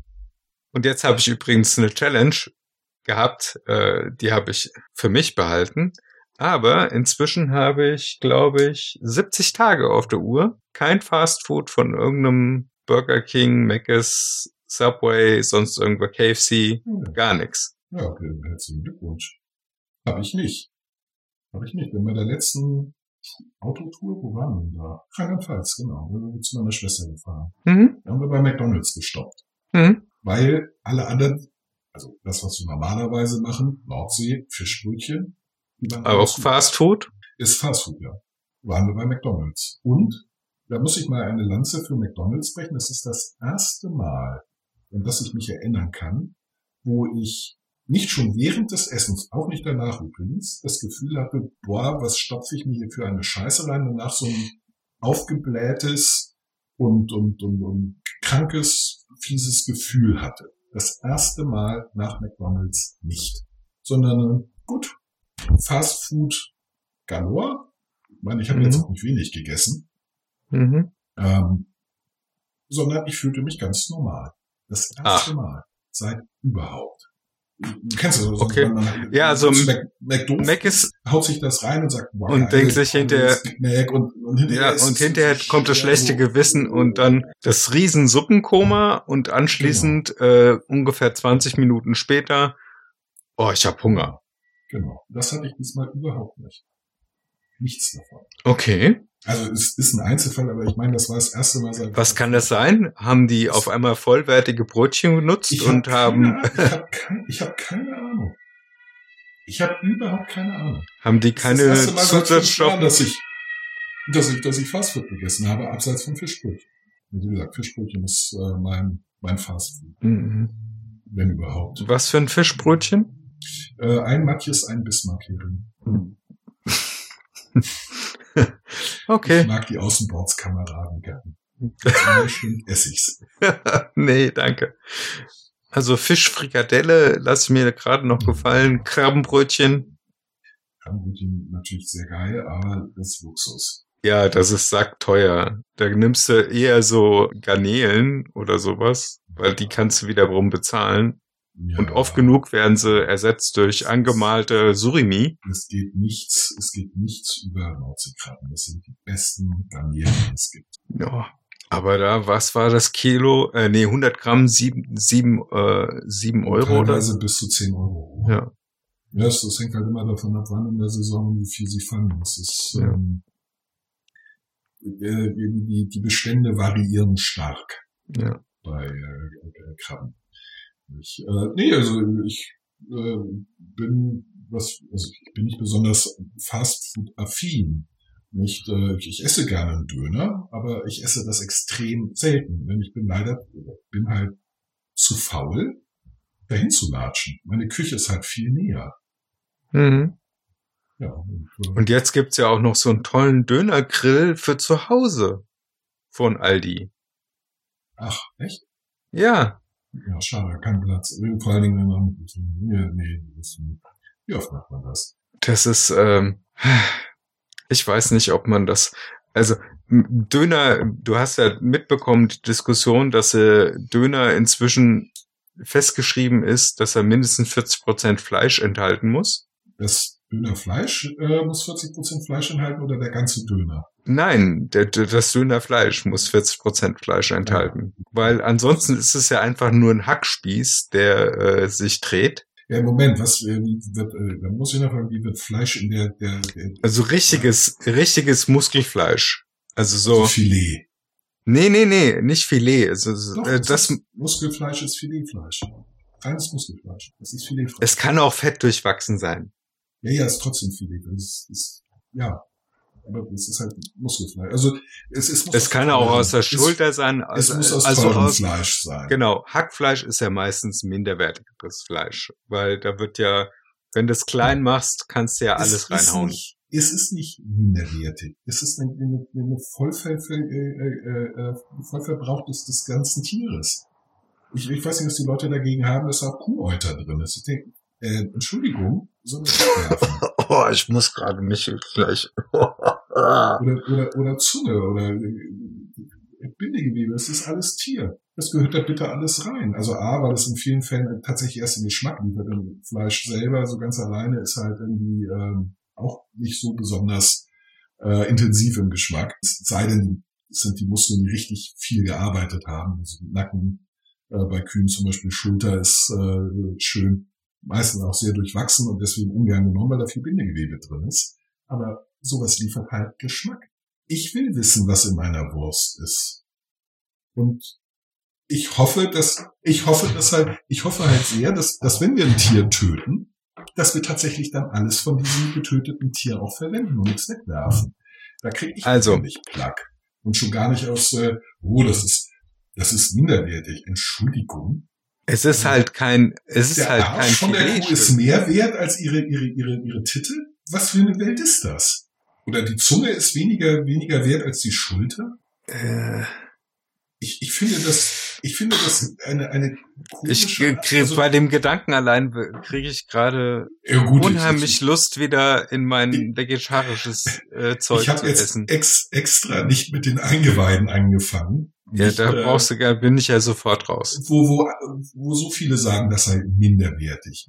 Und jetzt habe ich übrigens eine Challenge gehabt, äh, die habe ich für mich behalten. Aber inzwischen habe ich, glaube ich, siebzig Tage auf der Uhr. Kein Fastfood von irgendeinem Burger King, Mc's, Subway, sonst irgendwo K F C, Ja. gar nichts. Ja, okay, herzlichen Glückwunsch. Habe ich nicht. Habe ich nicht. Bin bei der letzten Autotour, wo waren wir denn da? Rheinland-Pfalz, genau. Wir sind zu meiner Schwester gefahren. Mhm. Da haben wir bei McDonald's gestoppt. Mhm. Weil alle anderen, also das, was wir normalerweise machen, Nordsee, Fischbrötchen, die waren Aber alle auch zu. Fastfood? Ist Fastfood, ja. Waren wir bei McDonald's. Und da muss ich mal eine Lanze für McDonald's brechen. Das ist das erste Mal, an das ich mich erinnern kann, wo ich nicht schon während des Essens, auch nicht danach übrigens, das Gefühl hatte, boah, was stopfe ich mir hier für eine Scheiße rein, danach so ein aufgeblähtes und, und, und, und krankes, fieses Gefühl hatte. Das erste Mal nach McDonald's nicht. Sondern, gut, Fast Food galore. Ich meine, ich habe Mhm. jetzt auch nicht wenig gegessen. Mhm. Ähm, sondern ich fühlte mich ganz normal. Das erste Ach. Mal seit überhaupt. Du kennst das, also, Okay. wenn man, Ja, also Mac, McDonald's Mac ist, haut sich das rein und sagt, wow, Und geil, denkt sich hinterher- Big Mac und, und hinterher, ja, ist und es hinterher so kommt das schwer, schlechte so- Gewissen und dann das riesen Suppenkoma und anschließend äh, ungefähr zwanzig Minuten später, oh, ich hab Hunger. Genau. Das hatte ich diesmal überhaupt nicht. Nichts davon. Okay. Also es ist ein Einzelfall, aber ich meine, das war das erste Mal seit... Was kann das sein? Haben die auf einmal vollwertige Brötchen genutzt Ich und hab haben, keine, ich habe kein, ich hab keine Ahnung. Ich habe überhaupt keine Ahnung. haben die Das keine ist das erste Mal seit fünf Jahren, Zusatzstoffe? dass ich, dass ich, dass ich Fastfood gegessen habe, abseits von Fischbrötchen. Wie gesagt, Fischbrötchen ist äh, mein, mein Fastfood, Mhm. wenn überhaupt. Was für ein Fischbrötchen? Äh, ein Matjes, ein Bismarck-Hering. Okay. Ich mag die Außenbordskameraden gern. Wenn ich schwimmt, esse ich's. Nee, danke. Also Fischfrikadelle lasse ich mir gerade noch gefallen. Krabbenbrötchen. Krabbenbrötchen natürlich sehr geil, aber das ist Luxus. Ja, das ist sackteuer. Da nimmst du eher so Garnelen oder sowas, weil die kannst du wiederum bezahlen. Ja, Und oft genug werden sie ersetzt durch angemalte Surimi. Es geht nichts, es geht nichts über Nordseekrabben. Das sind die besten Garnelen, die es gibt. Ja. Aber da, was war das Kilo? Äh, nee, hundert Gramm, sieben, sieben, äh, sieben Und Euro oder? teilweise bis zu zehn Euro. Ja. Ja, das, das hängt halt immer davon ab, wann in der Saison, wie viel sie fangen. Das ist, Ja. ähm, äh, die, die, die Bestände variieren stark Ja. bei äh, äh, Krabben. Ich, äh, nee, also ich äh, bin was, also ich bin nicht besonders Fastfood-affin. Nicht, äh, ich esse gerne einen Döner, aber ich esse das extrem selten, denn ich bin leider, bin halt zu faul, dahin zu latschen. Meine Küche ist halt viel näher. Mhm. Ja, und, äh, Und jetzt gibt's ja auch noch so einen tollen Dönergrill für zu Hause von Aldi. ach, echt? Ja. Ja, schade, kein Platz. Vor allen Dingen, wenn man, nee, nee, das, wie oft macht man das? Das ist, ähm, ich weiß nicht, ob man das, also m- Döner, du hast ja mitbekommen, die Diskussion, dass äh, Döner inzwischen festgeschrieben ist, dass er mindestens vierzig Prozent Fleisch enthalten muss. Das Dönerfleisch äh, muss vierzig Prozent Fleisch enthalten oder der ganze Döner? Nein, der, der, das Dönerfleisch muss vierzig Prozent Fleisch enthalten. Weil ansonsten ist es ja einfach nur ein Hackspieß, der äh, sich dreht. Ja, Moment, was äh, wie wird, äh, da muss ich noch fragen, wie wird Fleisch in der, der, der Also richtiges, richtiges Muskelfleisch. Also so, Filet. Nee, nee, nee, nicht Filet. Also, Doch, äh, das, das, ist, Muskelfleisch ist Filetfleisch. Reines Muskelfleisch. Das ist Filetfleisch. es kann auch fett durchwachsen sein. Ja, ja, ist trotzdem Filet. Das ist, ist, ja. Aber es ist halt Muskelfleisch. Also, es, es muss Es kann auch teuren, aus der es, Schulter sein. Also, es muss aus also teurem aus, Fleisch sein. Genau, Hackfleisch ist ja meistens minderwertiges Fleisch, weil da wird ja, wenn du es klein machst, kannst du ja alles es reinhauen. Ist nicht, es ist nicht minderwertig. Es ist eine, eine, eine Vollver, äh, äh, Vollverbrauch des, des ganzen Tieres. Ich, ich weiß nicht, was die Leute dagegen haben, dass auch Kuhäuter drin ist. Ich denke, äh, Entschuldigung, so Oh, ich muss gerade mich gleich. oder, oder, oder Zunge oder äh, Bindegewebe, das ist alles Tier. Das gehört da bitte alles rein. Also A, weil es in vielen Fällen tatsächlich erst den Geschmack liefert. Und Fleisch selber, so ganz alleine, ist halt irgendwie ähm, auch nicht so besonders äh, intensiv im Geschmack. Es sei denn, es sind die Muskeln, die richtig viel gearbeitet haben. Also Nacken, äh, bei Kühen zum Beispiel Schulter ist äh, schön, meistens auch sehr durchwachsen und deswegen ungern genommen, weil da viel Bindegewebe drin ist. Aber sowas liefert halt Geschmack. Ich will wissen, was in meiner Wurst ist. Und ich hoffe, dass, ich hoffe, dass halt, ich hoffe halt sehr, dass, dass wenn wir ein Tier töten, dass wir tatsächlich dann alles von diesem getöteten Tier auch verwenden und nichts wegwerfen. Da kriege ich also nicht Plack. Und schon gar nicht aus, äh, oh, das ist, das ist minderwertig. Entschuldigung. Es ist halt kein, es ist der halt Arsch kein von der Kuh ist Filetstück. mehr wert als ihre, ihre, ihre, ihre Titte? Was für eine Welt ist das? Oder die Zunge ist weniger, weniger wert als die Schulter? Äh, Ich, ich finde das, ich finde das eine, eine ich komische, krieg, also, bei dem Gedanken allein kriege ich gerade ja, gut, unheimlich ich, Lust, wieder in mein ich, vegetarisches äh, Zeug ich habe zu jetzt essen. ex, extra nicht mit den Eingeweiden angefangen. Ja, nicht, da äh, brauchst du gar, bin ich ja sofort raus. Wo, wo, wo so viele sagen, das sei minderwertig.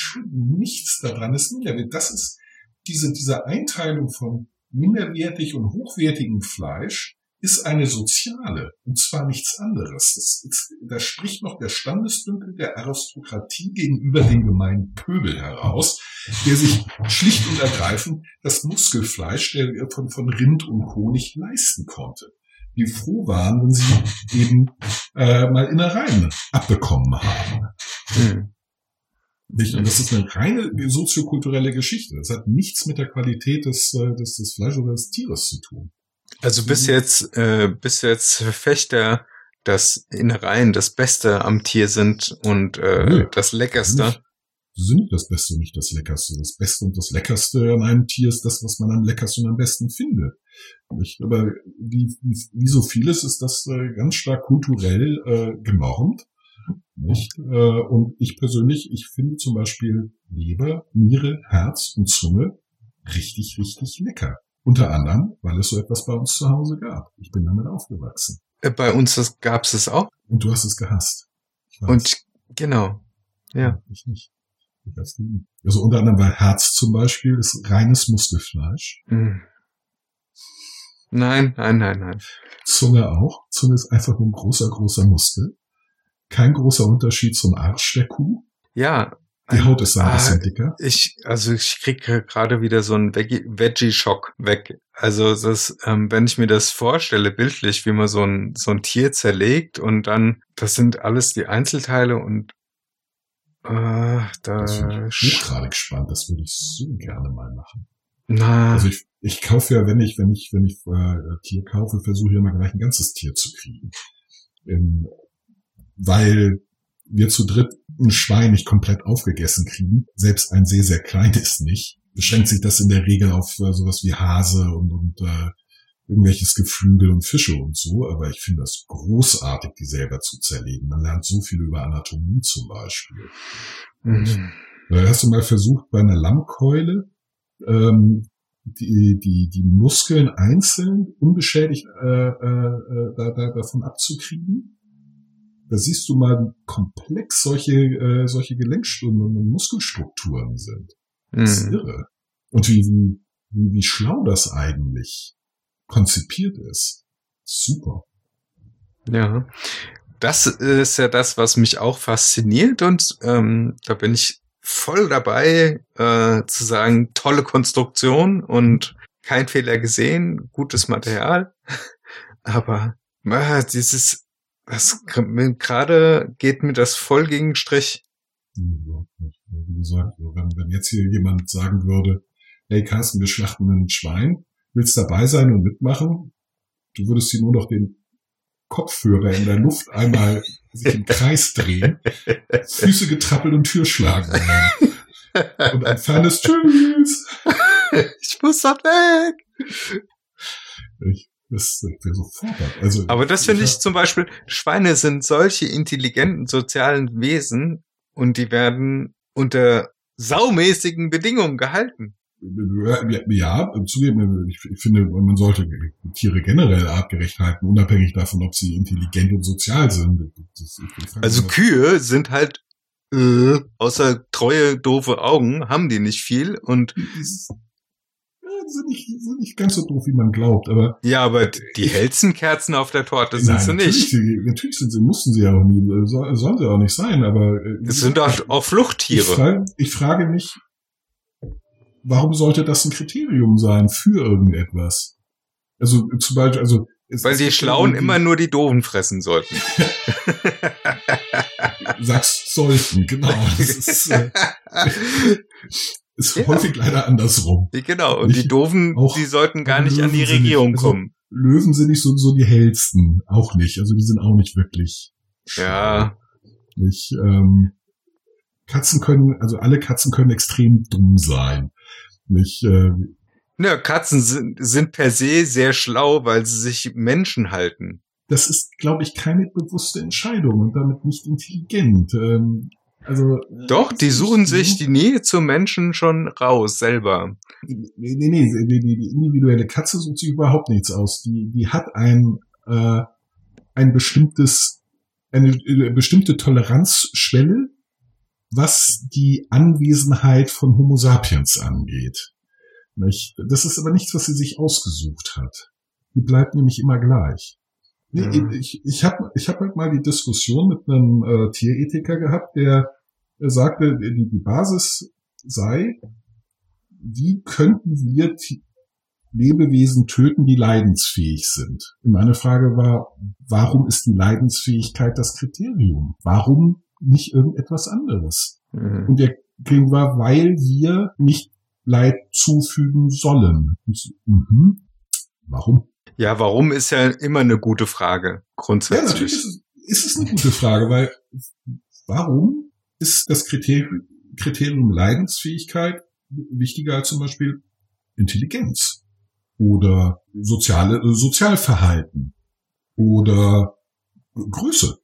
Nichts daran ist minderwertig. Das ist diese, diese Einteilung von minderwertig und hochwertigem Fleisch ist eine soziale, und zwar nichts anderes. Das, das, da spricht noch der Standesdünkel der Aristokratie gegenüber dem gemeinen Pöbel heraus, der sich schlicht und ergreifend das Muskelfleisch der, von, von Rind und Co. nicht leisten konnte. Die froh waren, wenn sie eben äh, mal Innereien abbekommen haben. Hm. Nicht? Und das ist eine reine soziokulturelle Geschichte. Das hat nichts mit der Qualität des, des, des Fleisches oder des Tieres zu tun. Also bis jetzt, äh, bis jetzt Verfechter, dass Innereien das Beste am Tier sind und äh, Nö, das Leckerste. Nicht, sind das Beste und nicht das Leckerste. Das Beste und das Leckerste an einem Tier ist das, was man am leckersten und am besten findet. Nicht? Aber wie, wie, wie so vieles ist das äh, ganz stark kulturell äh, genormt. Nicht? Äh, und ich persönlich, ich finde zum Beispiel Leber, Niere, Herz und Zunge richtig, richtig lecker. Unter anderem, weil es so etwas bei uns zu Hause gab. Ich bin damit aufgewachsen. Äh, bei uns das, gab's es auch. Und du hast es gehasst. Ich weiß. Und genau, ja. Ich nicht. Ich weiß nicht. Also unter anderem, weil Herz zum Beispiel ist reines Muskelfleisch. Hm. Nein, nein, nein, nein. Zunge auch. Zunge ist einfach nur ein großer, großer Muskel. Kein großer Unterschied zum Arsch der Kuh. Ja. Die Haut ist da ein ah, bisschen dicker. Ich, also ich krieg gerade wieder so einen Veggie-Schock weg. Also das, ähm, wenn ich mir das vorstelle, bildlich, wie man so ein so ein Tier zerlegt und dann, das sind alles die Einzelteile und äh, da Das bin ich hochgradig gespannt. Das würde ich so gerne mal machen. Na, Also ich, ich kaufe ja, wenn ich, wenn ich, wenn ich äh, Tier kaufe, versuche ich immer gleich ein ganzes Tier zu kriegen. Ähm, weil wir zu dritt ein Schwein nicht komplett aufgegessen kriegen, selbst ein sehr, sehr kleines nicht, beschränkt sich das in der Regel auf äh, sowas wie Hase und, und äh, irgendwelches Geflügel und Fische und so, aber ich finde das großartig, die selber zu zerlegen. Man lernt so viel über Anatomie zum Beispiel. mhm. Äh, hast du mal versucht, bei einer Lammkeule ähm, die, die, die Muskeln einzeln, unbeschädigt äh, äh, da, da, davon abzukriegen? Da siehst du mal, wie komplex solche, äh, solche Gelenkstunden und Muskelstrukturen sind. Das ist Mhm. irre. Und wie, wie, wie, wie schlau das eigentlich konzipiert ist. Super. Ja. Das ist ja das, was mich auch fasziniert und ähm, da bin ich voll dabei, äh, zu sagen, tolle Konstruktion und kein Fehler gesehen, gutes Material. Aber Ah, dieses, das gerade geht mir das voll gegen den Strich. Wie gesagt, wenn, wenn jetzt hier jemand sagen würde, hey Carsten, wir schlachten ein Schwein, willst dabei sein und mitmachen? Du würdest hier nur noch den Kopfhörer in der Luft einmal sich im Kreis drehen, Füße getrappelt und Tür schlagen. Und ein fernes Tschüss. Ich muss dort weg. Ich, das wäre sofort. Also, aber das finde ich hab, zum Beispiel, Schweine sind solche intelligenten sozialen Wesen und die werden unter saumäßigen Bedingungen gehalten. Ja, zugeben, ich finde, man sollte Tiere generell artgerecht halten, unabhängig davon, ob sie intelligent und sozial sind. Das, also Kühe sind halt, äh, außer treue, doofe Augen, haben die nicht viel und die sind nicht, sind nicht ganz so doof, wie man glaubt, aber. Ja, aber die hellsten Kerzen auf der Torte sind nein, sie natürlich, nicht. Sie, natürlich sind sie, mussten sie ja auch nie, soll, sollen sie auch nicht sein, aber. Es sind doch auch Fluchttiere. Ich frage, ich frage mich, warum sollte das ein Kriterium sein für irgendetwas? Also, zum Beispiel, also. Weil die Schlauen immer nur die Doofen fressen sollten. Sagst sollten, genau. Das ist, äh, ist ja. häufig leider andersrum. Genau, und die Doofen, die sollten gar nicht Löwen an die Regierung nicht, kommen. Also, Löwen sind nicht so, so die hellsten, auch nicht. Also die sind auch nicht wirklich ja. Nicht, ähm, Katzen können, also alle Katzen können extrem dumm sein. Nicht, äh, ja, Katzen sind, sind per se sehr schlau, weil sie sich Menschen halten. Das ist, glaube ich, keine bewusste Entscheidung und damit nicht intelligent. Ähm, Also, Doch, die suchen sich die Nähe zum Menschen schon raus, selber. Nee, nee, nee, die, die individuelle Katze sucht sich überhaupt nichts aus. Die, die hat ein, äh, ein bestimmtes, eine, eine bestimmte Toleranzschwelle, was die Anwesenheit von Homo sapiens angeht. Nicht? Das ist aber nichts, was sie sich ausgesucht hat. Die bleibt nämlich immer gleich. Nee, mhm. Ich, ich habe ich hab halt mal die Diskussion mit einem äh, Tierethiker gehabt, der, der sagte, die, die Basis sei, wie könnten wir T- Lebewesen töten, die leidensfähig sind? Und meine Frage war, warum ist die Leidensfähigkeit das Kriterium? Warum nicht irgendetwas anderes? Mhm. Und der Kriterium war, weil wir nicht Leid zufügen sollen. So, mhm. Warum? Ja, warum ist ja immer eine gute Frage, grundsätzlich. Ja, natürlich ist es, ist es eine gute Frage, weil warum ist das Kriterium, Kriterium Leidensfähigkeit wichtiger als zum Beispiel Intelligenz oder soziale Sozialverhalten oder Größe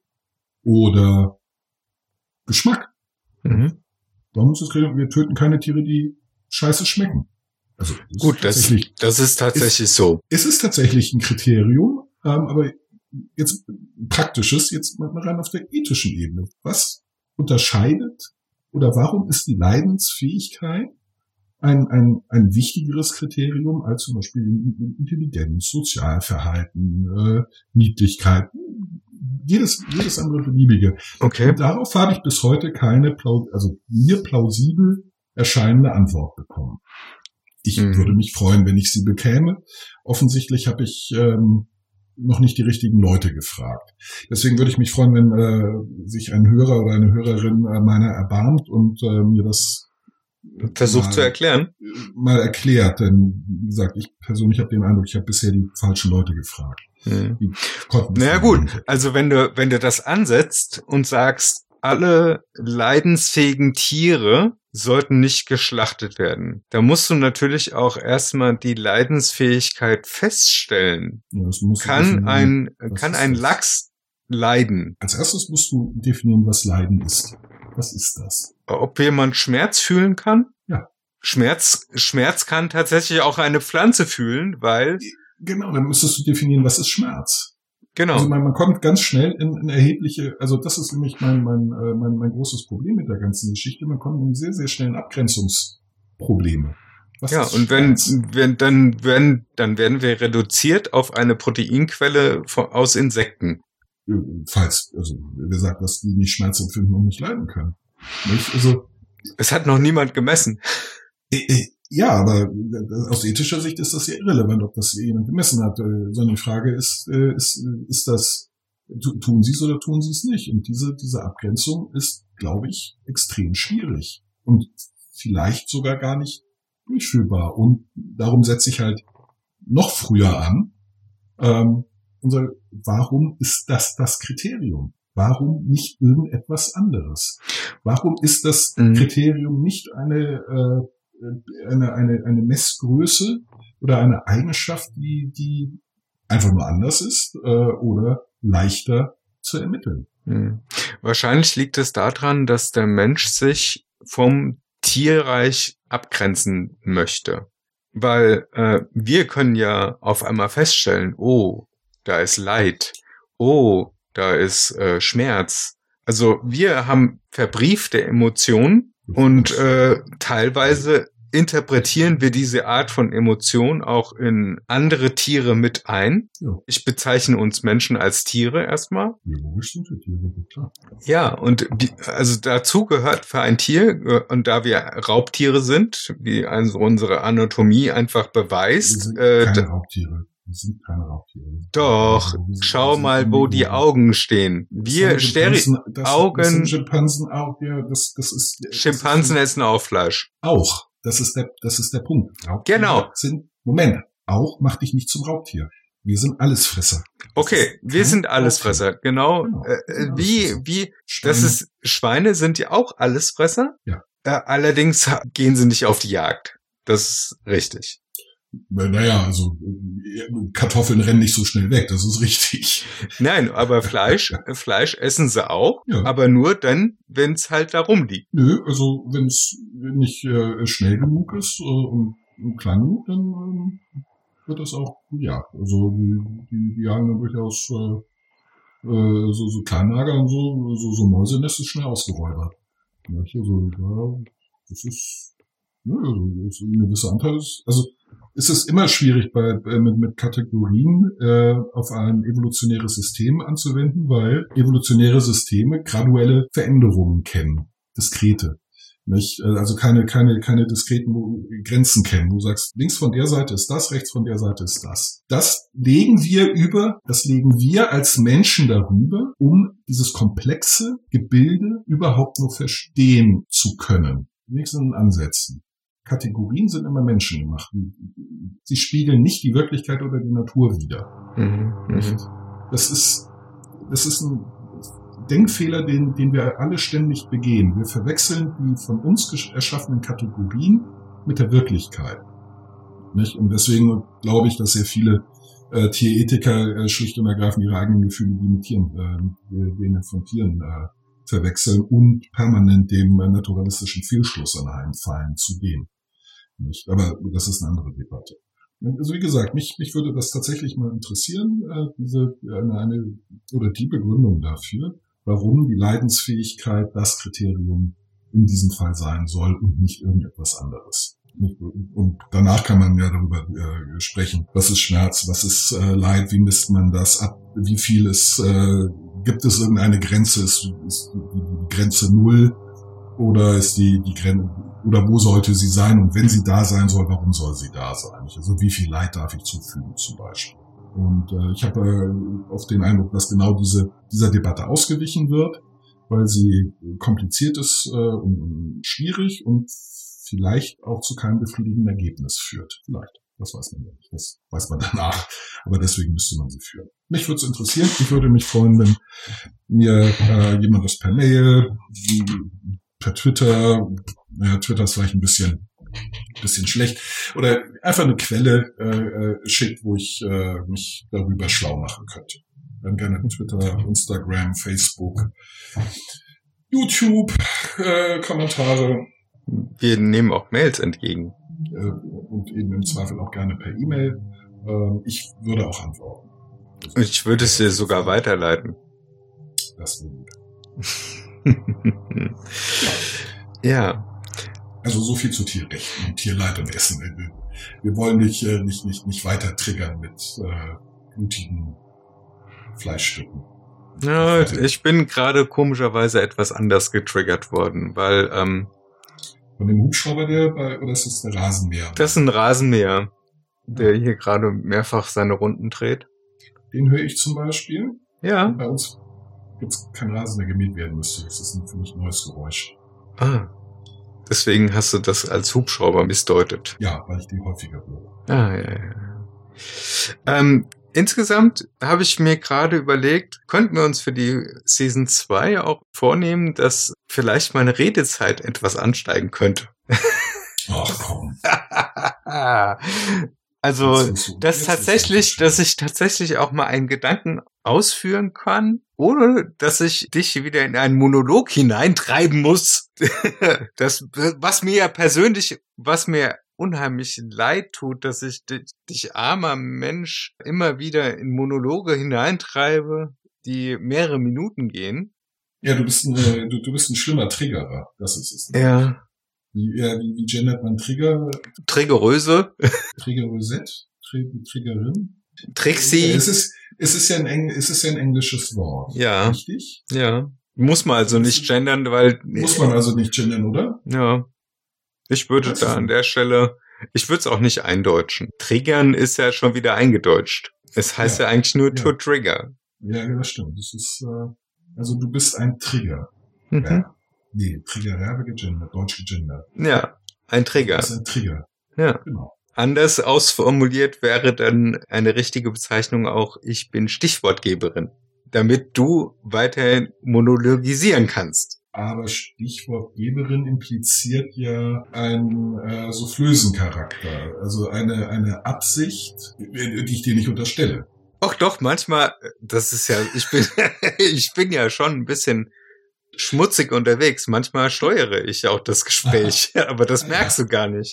oder Geschmack? Mhm. Warum ist das Kriterium, wir töten keine Tiere, die scheiße schmecken? Also, das gut, das, das ist tatsächlich ist, so. Es ist tatsächlich ein Kriterium, ähm, aber jetzt praktisches, jetzt mal rein auf der ethischen Ebene. Was unterscheidet oder warum ist die Leidensfähigkeit ein, ein, ein wichtigeres Kriterium als zum Beispiel Intelligenz, Sozialverhalten, äh, Niedlichkeit, jedes, jedes andere beliebige. Okay. Und darauf habe ich bis heute keine, also mir plausibel erscheinende Antwort bekommen. Ich mhm. würde mich freuen, wenn ich sie bekäme. Offensichtlich habe ich ähm, noch nicht die richtigen Leute gefragt. Deswegen würde ich mich freuen, wenn äh, sich ein Hörer oder eine Hörerin äh, meiner erbarmt und äh, mir das versucht mal, zu erklären. Mal erklärt. Denn wie gesagt, ich persönlich habe den Eindruck, ich habe bisher die falschen Leute gefragt. Mhm. Naja gut, nicht. Also wenn du wenn du das ansetzt und sagst, alle leidensfähigen Tiere sollten nicht geschlachtet werden. Da musst du natürlich auch erstmal die Leidensfähigkeit feststellen. Ja, das musst kann ein, kann ein das? Lachs leiden? Als erstes musst du definieren, was Leiden ist. Was ist das? Ob jemand Schmerz fühlen kann? Ja. Schmerz, Schmerz kann tatsächlich auch eine Pflanze fühlen, weil... Genau, dann müsstest du definieren, was ist Schmerz? Genau. Also man, man kommt ganz schnell in, in erhebliche, also das ist nämlich mein, mein, mein, mein großes Problem mit der ganzen Geschichte. Man kommt in sehr, sehr schnellen Abgrenzungsprobleme. Was ja, und wenn, wenn, dann werden, dann werden wir reduziert auf eine Proteinquelle von, aus Insekten. Falls, also, wie gesagt, dass die nicht Schmerz empfinden und nicht leiden können. Nicht? Also. Es hat noch niemand gemessen. Ja, aber aus ethischer Sicht ist das ja irrelevant, ob das jemand gemessen hat, sondern die Frage ist, ist, ist das, tun sie es oder tun sie es nicht? Und diese, diese Abgrenzung ist, glaube ich, extrem schwierig und vielleicht sogar gar nicht durchführbar. Und darum setze ich halt noch früher an. Ähm, unser, warum ist das das Kriterium? Warum nicht irgendetwas anderes? Warum ist das mhm. Kriterium nicht eine, äh, eine, eine, eine Messgröße oder eine Eigenschaft, die, die einfach nur anders ist äh, oder leichter zu ermitteln? Mhm. Wahrscheinlich liegt es daran, dass der Mensch sich vom Tierreich abgrenzen möchte. Weil äh, wir können ja auf einmal feststellen, oh, da ist Leid, oh, da ist äh, Schmerz. Also wir haben verbriefte Emotionen und äh, teilweise interpretieren wir diese Art von Emotion auch in andere Tiere mit ein. Ja. Ich bezeichne uns Menschen als Tiere erstmal. Biologisch sind wir Tiere, klar. Ja, und also dazu gehört für ein Tier, und da wir Raubtiere sind, wie also unsere Anatomie einfach beweist. Wir sind keine äh, Raubtiere. Wir sind keine Raubtiere. Doch, also, schau mal, wo die Augen stehen. Wir Steri Augen. Das sind Schimpansen auch, ja, das, das ist. Schimpansen das ist, essen auch Fleisch. Auch. Das ist der, das ist der Punkt. Raubtiere genau. Sind, Moment, auch macht dich nicht zum Raubtier. Wir sind Allesfresser. Okay, wir sind Allesfresser, genau. genau. Äh, wie, wie, Schweine. Das ist, Schweine sind ja auch Allesfresser. Ja. Äh, allerdings gehen sie nicht auf die Jagd. Das ist richtig. Naja, also Kartoffeln rennen nicht so schnell weg, das ist richtig. Nein, aber Fleisch, Fleisch essen sie auch, ja. Aber nur dann, wenn es halt da rumliegt. Nö, also wenn es nicht äh, schnell genug ist äh, und, und klein genug, dann äh, wird das auch gejagt. Also die, die, die jagen dann durchaus äh, äh, so, so Kleinlager und so, so, so Mäusenest ist schnell ausgeräubert. Ja, also, ja, das ist, ja, also, das ist ein gewisser Anteil ist, also ist es immer schwierig, bei, mit, mit Kategorien äh, auf ein evolutionäres System anzuwenden, weil evolutionäre Systeme graduelle Veränderungen kennen, diskrete. Nicht? Also keine keine keine diskreten Grenzen kennen. Du sagst, links von der Seite ist das, rechts von der Seite ist das. Das legen wir über, das legen wir als Menschen darüber, um dieses komplexe Gebilde überhaupt nur verstehen zu können. Wenigstens in Ansätzen. Kategorien sind immer menschengemacht. Sie spiegeln nicht die Wirklichkeit oder die Natur wider. Mhm. Das ist, das ist ein Denkfehler, den, den wir alle ständig begehen. Wir verwechseln die von uns erschaffenen Kategorien mit der Wirklichkeit. Nicht? Und deswegen glaube ich, dass sehr viele äh, Tierethiker äh, schlicht und ergreifend ihre eigenen Gefühle die mit Tieren, äh, denen von Tieren äh, verwechseln und permanent dem äh, naturalistischen Fehlschluss anheimfallen zu gehen. Nicht. Aber das ist eine andere Debatte. Also wie gesagt, mich, mich würde das tatsächlich mal interessieren, äh, diese eine, eine oder die Begründung dafür, warum die Leidensfähigkeit das Kriterium in diesem Fall sein soll und nicht irgendetwas anderes. Und danach kann man ja darüber äh, sprechen, was ist Schmerz, was ist äh, Leid, wie misst man das ab, wie viel ist, äh, gibt es irgendeine Grenze, ist, ist die Grenze null oder ist die, die Grenze, oder wo sollte sie sein und wenn sie da sein soll, warum soll sie da sein? Also wie viel Leid darf ich zufügen zum Beispiel? Und äh, ich habe äh, oft den Eindruck, dass genau diese dieser Debatte ausgewichen wird, weil sie kompliziert ist äh, und, und schwierig und vielleicht auch zu keinem befriedigenden Ergebnis führt. Vielleicht. Das weiß man nicht. Das weiß man danach. Aber deswegen müsste man sie führen. Mich würde es interessieren. Ich würde mich freuen, wenn mir äh, jemand das per Mail, per Twitter, ja, Twitter ist vielleicht ein bisschen bisschen schlecht, oder einfach eine Quelle äh, schickt, wo ich äh, mich darüber schlau machen könnte. Dann gerne Twitter, Instagram, Facebook, YouTube, äh, Kommentare. Wir nehmen auch Mails entgegen. Äh, und eben im Zweifel auch gerne per E-Mail. Äh, ich würde auch antworten. Ich würde es dir sogar weiterleiten. Das wäre gut. Ja. ja. Also so viel zu Tierrechten und Tierleid und Essen. Wir wollen nicht äh, nicht nicht nicht weiter triggern mit äh, blutigen Fleischstücken. Ja, ich bin gerade komischerweise etwas anders getriggert worden, weil ähm, Von dem Hubschrauber, der bei, oder ist das der Rasenmäher? Das ist ein Rasenmäher, der hier gerade mehrfach seine Runden dreht. Den höre ich zum Beispiel. Ja. Und bei uns gibt es kein Rasen, der gemäht werden müsste. Das ist ein für mich neues Geräusch. Ah. Deswegen hast du das als Hubschrauber missdeutet. Ja, weil ich die häufiger höre. Ah, ja, ja. Ähm, insgesamt habe ich mir gerade überlegt, könnten wir uns für die Season zwei auch vornehmen, dass vielleicht meine Redezeit etwas ansteigen könnte. Ach komm. Also, dass tatsächlich, dass ich tatsächlich auch mal einen Gedanken ausführen kann, ohne dass ich dich wieder in einen Monolog hineintreiben muss. Das, was mir ja persönlich, was mir unheimlich leid tut, dass ich dich, dich armer Mensch immer wieder in Monologe hineintreibe, die mehrere Minuten gehen. Ja, du bist ein, äh, du, du bist ein schlimmer Triggerer. Das ist es. Ja. Wie, ja, wie, wie gendert man Trigger? Triggeröse. Triggerosette? Trig Triggerin? Trixie. Ja, es ist, es ist ja ein Eng, es ist ja ein englisches Wort. Ja. Richtig? Ja. Muss man also nicht gendern, weil... Muss man also nicht gendern, oder? Ja. Ich würde da an der Stelle... Ich würde es auch nicht eindeutschen. Triggern ist ja schon wieder eingedeutscht. Es heißt ja, ja eigentlich nur ja. to trigger. Ja, das stimmt. Das ist, äh, also du bist ein Trigger. Mhm. Ja. Nee, Trigger wäre gegendert, deutsch gegendert. Ja, ein Trigger. Das ist ein Trigger. Ja. Genau. Anders ausformuliert wäre dann eine richtige Bezeichnung auch, ich bin Stichwortgeberin, damit du weiterhin monologisieren kannst. Aber Stichwortgeberin impliziert ja einen äh, soufflösen Charakter, also eine eine Absicht, die ich dir nicht unterstelle. Ach doch, manchmal, das ist ja, ich bin, ich bin ja schon ein bisschen schmutzig unterwegs. Manchmal steuere ich auch das Gespräch, aber das merkst du gar nicht.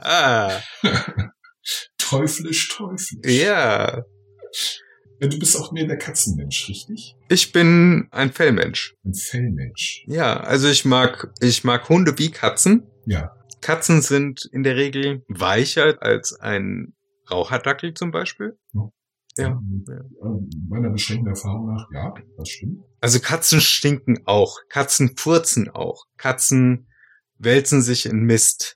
Teuflisch, teuflisch. Ja. Du bist auch mehr der Katzenmensch, richtig? Ich bin ein Fellmensch. Ein Fellmensch. Ja, also ich mag, ich mag Hunde wie Katzen. Ja. Katzen sind in der Regel weicher als ein Raucherdackel zum Beispiel. Ja. Ja. Meiner beschränkten Erfahrung nach, ja, das stimmt. Also Katzen stinken auch. Katzen furzen auch. Katzen wälzen sich in Mist.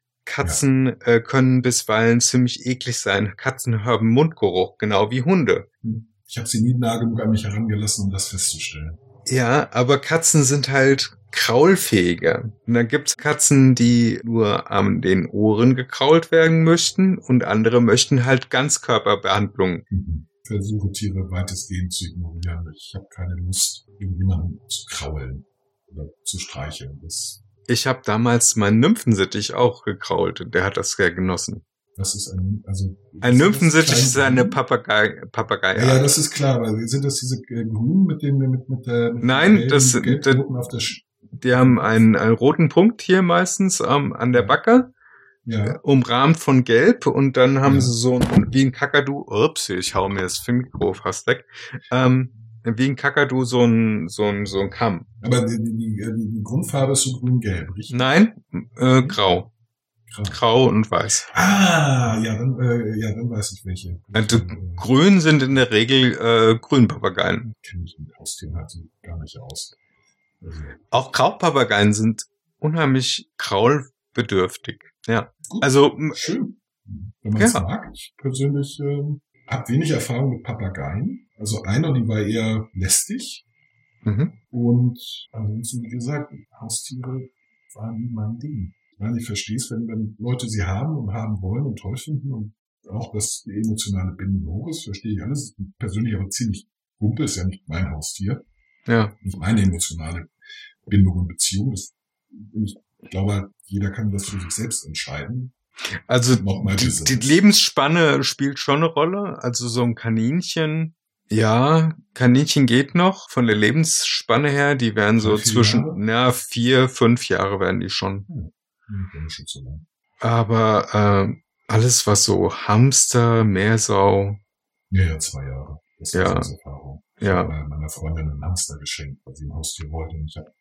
Katzen ja. äh, können bisweilen ziemlich eklig sein. Katzen haben Mundgeruch, genau wie Hunde. Ich habe sie nie nah genug an mich herangelassen, um das festzustellen. Ja, aber Katzen sind halt kraulfähiger. Und dann gibt's Katzen, die nur an den Ohren gekrault werden möchten und andere möchten halt Ganzkörperbehandlung. Mhm. Ich versuche Tiere weitestgehend zu ignorieren. Ich habe keine Lust, irgendjemanden zu kraulen oder zu streicheln. Das ich habe damals meinen Nymphensittich auch gekrault und der hat das sehr genossen. Das ist ein, also. Ein Nymphensittich ist eine Papagei, Papagei. Ja, ja, das ist klar, weil sind das diese äh, Grünen mit dem, mit, mit der, mit Nein, gelben, das, das auf der Sch- die haben einen, einen roten Punkt hier meistens ähm, an der Backe, ja. umrahmt von Gelb und dann haben ja. sie so ein, wie ein Kakadu, ups, ich hau mir das Mikro fast weg, ähm, wie ein Kakadu so ein, so ein, so ein Kamm. Aber die, die, die, die Grundfarbe ist so grün-gelb, richtig? Nein, äh, grau. Grau. Grau und weiß. Ah, ja, dann, äh, ja, dann weiß ich welche. Also, äh, grün sind in der Regel äh, Grünpapageien. Kenne ich mit Haustieren halt gar nicht aus. Also. Auch Graupapageien sind unheimlich kraulbedürftig. Ja. Gut, also schön. Wenn man es ja. mag. Ich persönlich äh, habe wenig Erfahrung mit Papageien. Also einer, die war eher lästig. Mhm. Und ansonsten, wie gesagt, Haustiere waren nie mein Ding. Weil ich verstehe es, wenn, wenn Leute sie haben und haben wollen und toll finden und auch, dass die emotionale Bindung hoch ist, verstehe ich alles. Persönlich aber ziemlich Humpe, ist ja nicht mein Haustier. Ja. Nicht meine emotionale Bindung und Beziehung. Das, ich glaube, jeder kann das für sich selbst entscheiden. Also die, die Lebensspanne spielt schon eine Rolle. Also so ein Kaninchen, ja, Kaninchen geht noch von der Lebensspanne her. Die werden so zwischen, Jahre? na, vier, fünf Jahre werden die schon. Hm. Hm, schon so lang. Aber äh, alles, was so Hamster, Meersau. Ja, ja, zwei Jahre. Das ist ja. unsere Erfahrung. Ich ja. habe meiner Freundin einen Hamster geschenkt, weil sie ein Haustier wollte. Und ich habe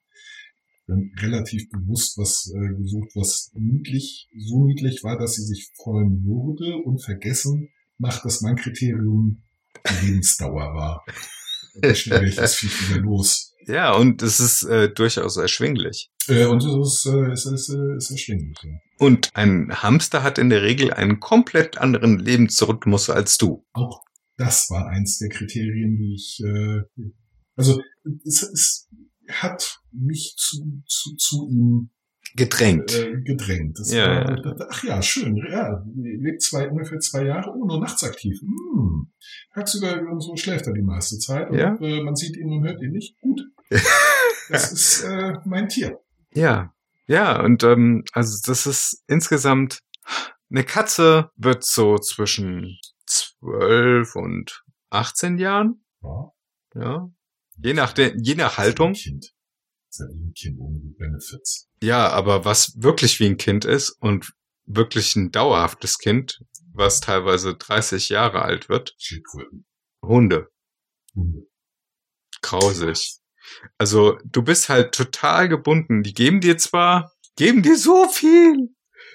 dann relativ bewusst was äh, gesucht, was niedlich, so niedlich war, dass sie sich freuen würde und vergessen macht, dass mein Kriterium die Lebensdauer war. Und schnell werde ich das Vieh wieder los. Ja, und es ist äh, durchaus erschwinglich. Äh, und es ist, äh, es ist, äh, es ist erschwinglich. Ja. Und ein Hamster hat in der Regel einen komplett anderen Lebensrhythmus als du. Auch das war eins der Kriterien, die ich, äh, also es, es hat mich zu, zu, zu ihm Gedrängt. Äh, gedrängt. Das Ja, war, ja. Ich dachte, ach ja, schön, ja, lebt zwei, ungefähr zwei Jahre, oh, nur nachts aktiv. Hm. Tagsüber so schläft er die meiste Zeit und Ja. äh, man sieht ihn und hört ihn nicht. Gut. Das ist äh, mein Tier. Ja, ja, und ähm, also das ist insgesamt, eine Katze wird so zwischen zwölf und achtzehn Jahren, Ja. ja, je nach der, je nach Haltung. Das ist ein Kind. Das ist ja wie ein Kind ohne die Benefits. Ja, aber was wirklich wie ein Kind ist und wirklich ein dauerhaftes Kind, was teilweise dreißig Jahre alt wird, Schildkröten. Hunde. Hunde. Grausig. Also du bist halt total gebunden. Die geben dir zwar, geben dir so viel.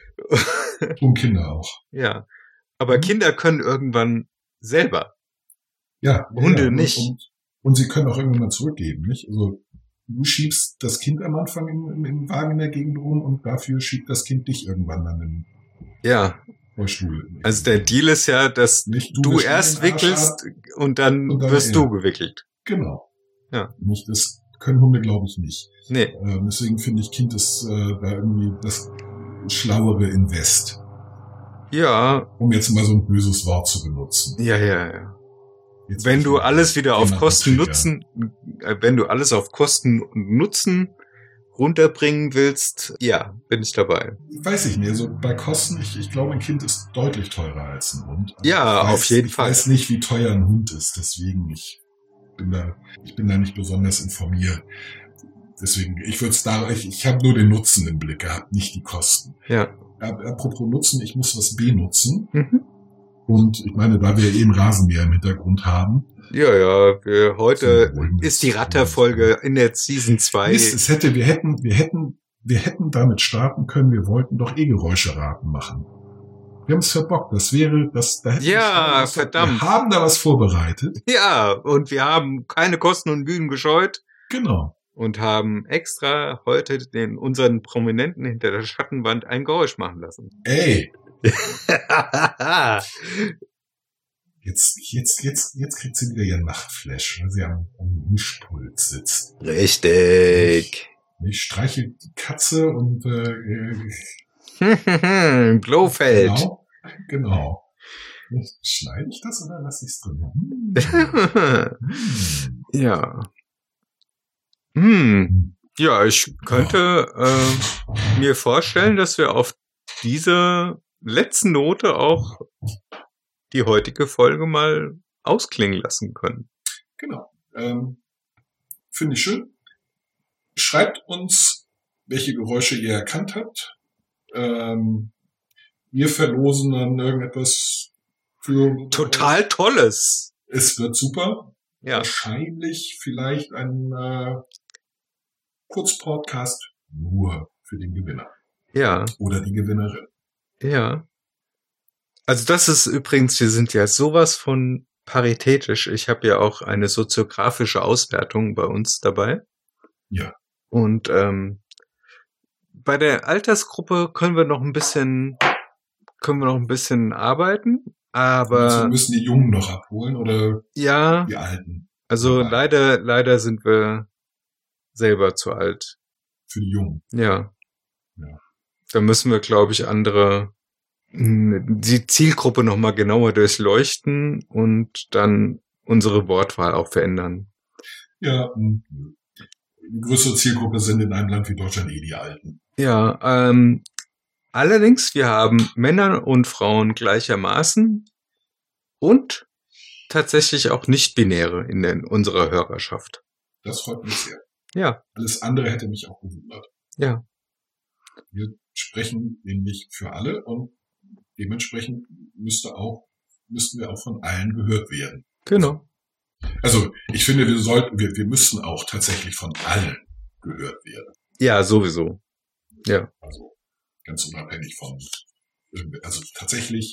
Und Kinder auch. Ja, aber Mhm. Kinder können irgendwann selber. Ja. Hunde ja, und, nicht. Und, und sie können auch irgendwann mal zurückgeben, nicht? Also du schiebst das Kind am Anfang im, im, im Wagen in der Gegend rum und dafür schiebt das Kind dich irgendwann dann im Ja, Rollstuhl. also der Deal ist ja, dass Nicht du wirst erst den Arsch wickelst ab. und dann, Und dann wirst er. du gewickelt. Genau. Ja. Nicht, das können Hunde, glaube ich, nicht. Nee, Ähm, deswegen finde ich, Kind ist äh, da irgendwie das schlauere Invest. ja, Um jetzt mal so ein böses Wort zu benutzen. ja, ja, ja. Jetzt Wenn will du ich alles wieder auf jemanden Kosten triggern. Nutzen, äh, wenn du alles auf Kosten und Nutzen runterbringen willst, ja, bin ich dabei. Weiß ich nicht. Also bei Kosten, ich, ich glaube, ein Kind ist deutlich teurer als ein Hund. Also Ja, ich weiß, auf jeden ich Fall. Ich weiß nicht, wie teuer ein Hund ist. Deswegen, ich bin da, ich bin da nicht besonders informiert. Deswegen, ich würde es da, ich, ich habe nur den Nutzen im Blick gehabt, nicht die Kosten. Ja. Apropos Nutzen, ich muss was benutzen. Mhm. Und ich meine, da wir eben Rasenmäher im Hintergrund haben. Ja, ja, wir, heute So, ist die Ratterfolge in der Season zwei. Mist, es hätte, wir hätten, wir hätten, wir hätten damit starten können, wir wollten doch eh Geräuscheraten machen. Wir haben es verbockt, das wäre, das, da hätten Ja, wir, verdammt. Wir haben da was vorbereitet. Ja, und wir haben keine Kosten und Mühen gescheut Genau. und haben extra heute den unseren Prominenten hinter der Schattenwand ein Geräusch machen lassen. Ey, jetzt, jetzt, jetzt, jetzt kriegt sie wieder ihren Nachtflash, weil sie am, am Mischpult sitzt. Richtig. Ich streiche die Katze und, äh, Blofeld. genau, genau. Schneide ich das oder lasse ich es drin? Hm. Ja. Hm. Ja, ich könnte äh, mir vorstellen, dass wir auf diese letzte Note auch die heutige Folge mal ausklingen lassen können. Genau. Ähm, finde ich schön. Schreibt uns, welche Geräusche ihr erkannt habt. Ähm, wir verlosen dann irgendetwas für... Total Tolles. Es wird super. Ja. Wahrscheinlich vielleicht ein äh, Kurzpodcast nur für den Gewinner. Ja. Oder die Gewinnerin. Ja. Also das ist übrigens, wir sind ja sowas von paritätisch. Ich habe ja auch eine soziografische Auswertung bei uns dabei. Ja. Und ähm, bei der Altersgruppe können wir noch ein bisschen, können wir noch ein bisschen arbeiten, aber Also müssen die Jungen noch abholen oder ja, die Alten? also Ja. leider, leider sind wir selber zu alt. Für die Jungen. Ja. Ja. Da müssen wir, glaube ich, andere die Zielgruppe noch mal genauer durchleuchten und dann unsere Wortwahl auch verändern. Ja, die größere Zielgruppe sind in einem Land wie Deutschland eh die Alten. Ja, ähm, allerdings, wir haben Männer und Frauen gleichermaßen und tatsächlich auch Nicht-Binäre in, in unserer Hörerschaft. Das freut mich sehr. Ja. Alles andere hätte mich auch gewundert. Ja. Wir sprechen nämlich für alle und dementsprechend müsste auch, müssten wir auch von allen gehört werden. Genau. Also, ich finde, wir sollten, wir, wir müssen auch tatsächlich von allen gehört werden. Ja, sowieso. Ja. Also, ganz unabhängig von, also tatsächlich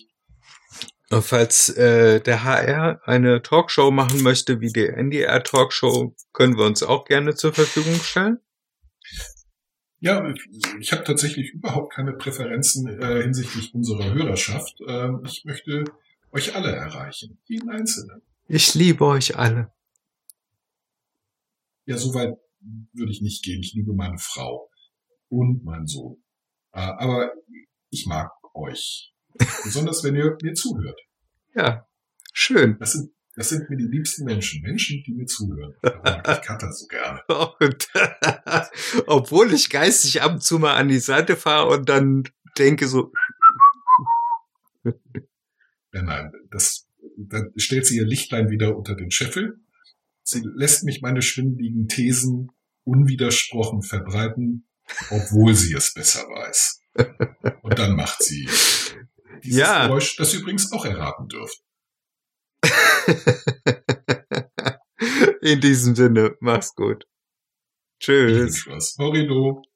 Falls äh, der H R eine Talkshow machen möchte, wie die N D R Talkshow, können wir uns auch gerne zur Verfügung stellen. Ja, ich habe tatsächlich überhaupt keine Präferenzen äh, hinsichtlich unserer Hörerschaft. Ähm, ich möchte euch alle erreichen, jeden Einzelnen. Ich liebe euch alle. Ja, so weit würde ich nicht gehen. Ich liebe meine Frau und meinen Sohn. Äh, aber ich mag euch. Besonders, wenn ihr mir zuhört. Ja, schön. Das sind, das sind mir die liebsten Menschen. Menschen, die mir zuhören. Da mag ich Katha so gerne. Und, obwohl ich geistig ab und zu mal an die Seite fahre und dann denke so. Ja, nein, das, dann stellt sie ihr Lichtlein wieder unter den Scheffel. Sie lässt mich meine schwindeligen Thesen unwidersprochen verbreiten, obwohl sie es besser weiß. Und dann macht sie dieses Ja. Geräusch, das ihr übrigens auch erraten dürft. In diesem Sinne, mach's gut. Ich Tschüss. wünsche was. Horrido.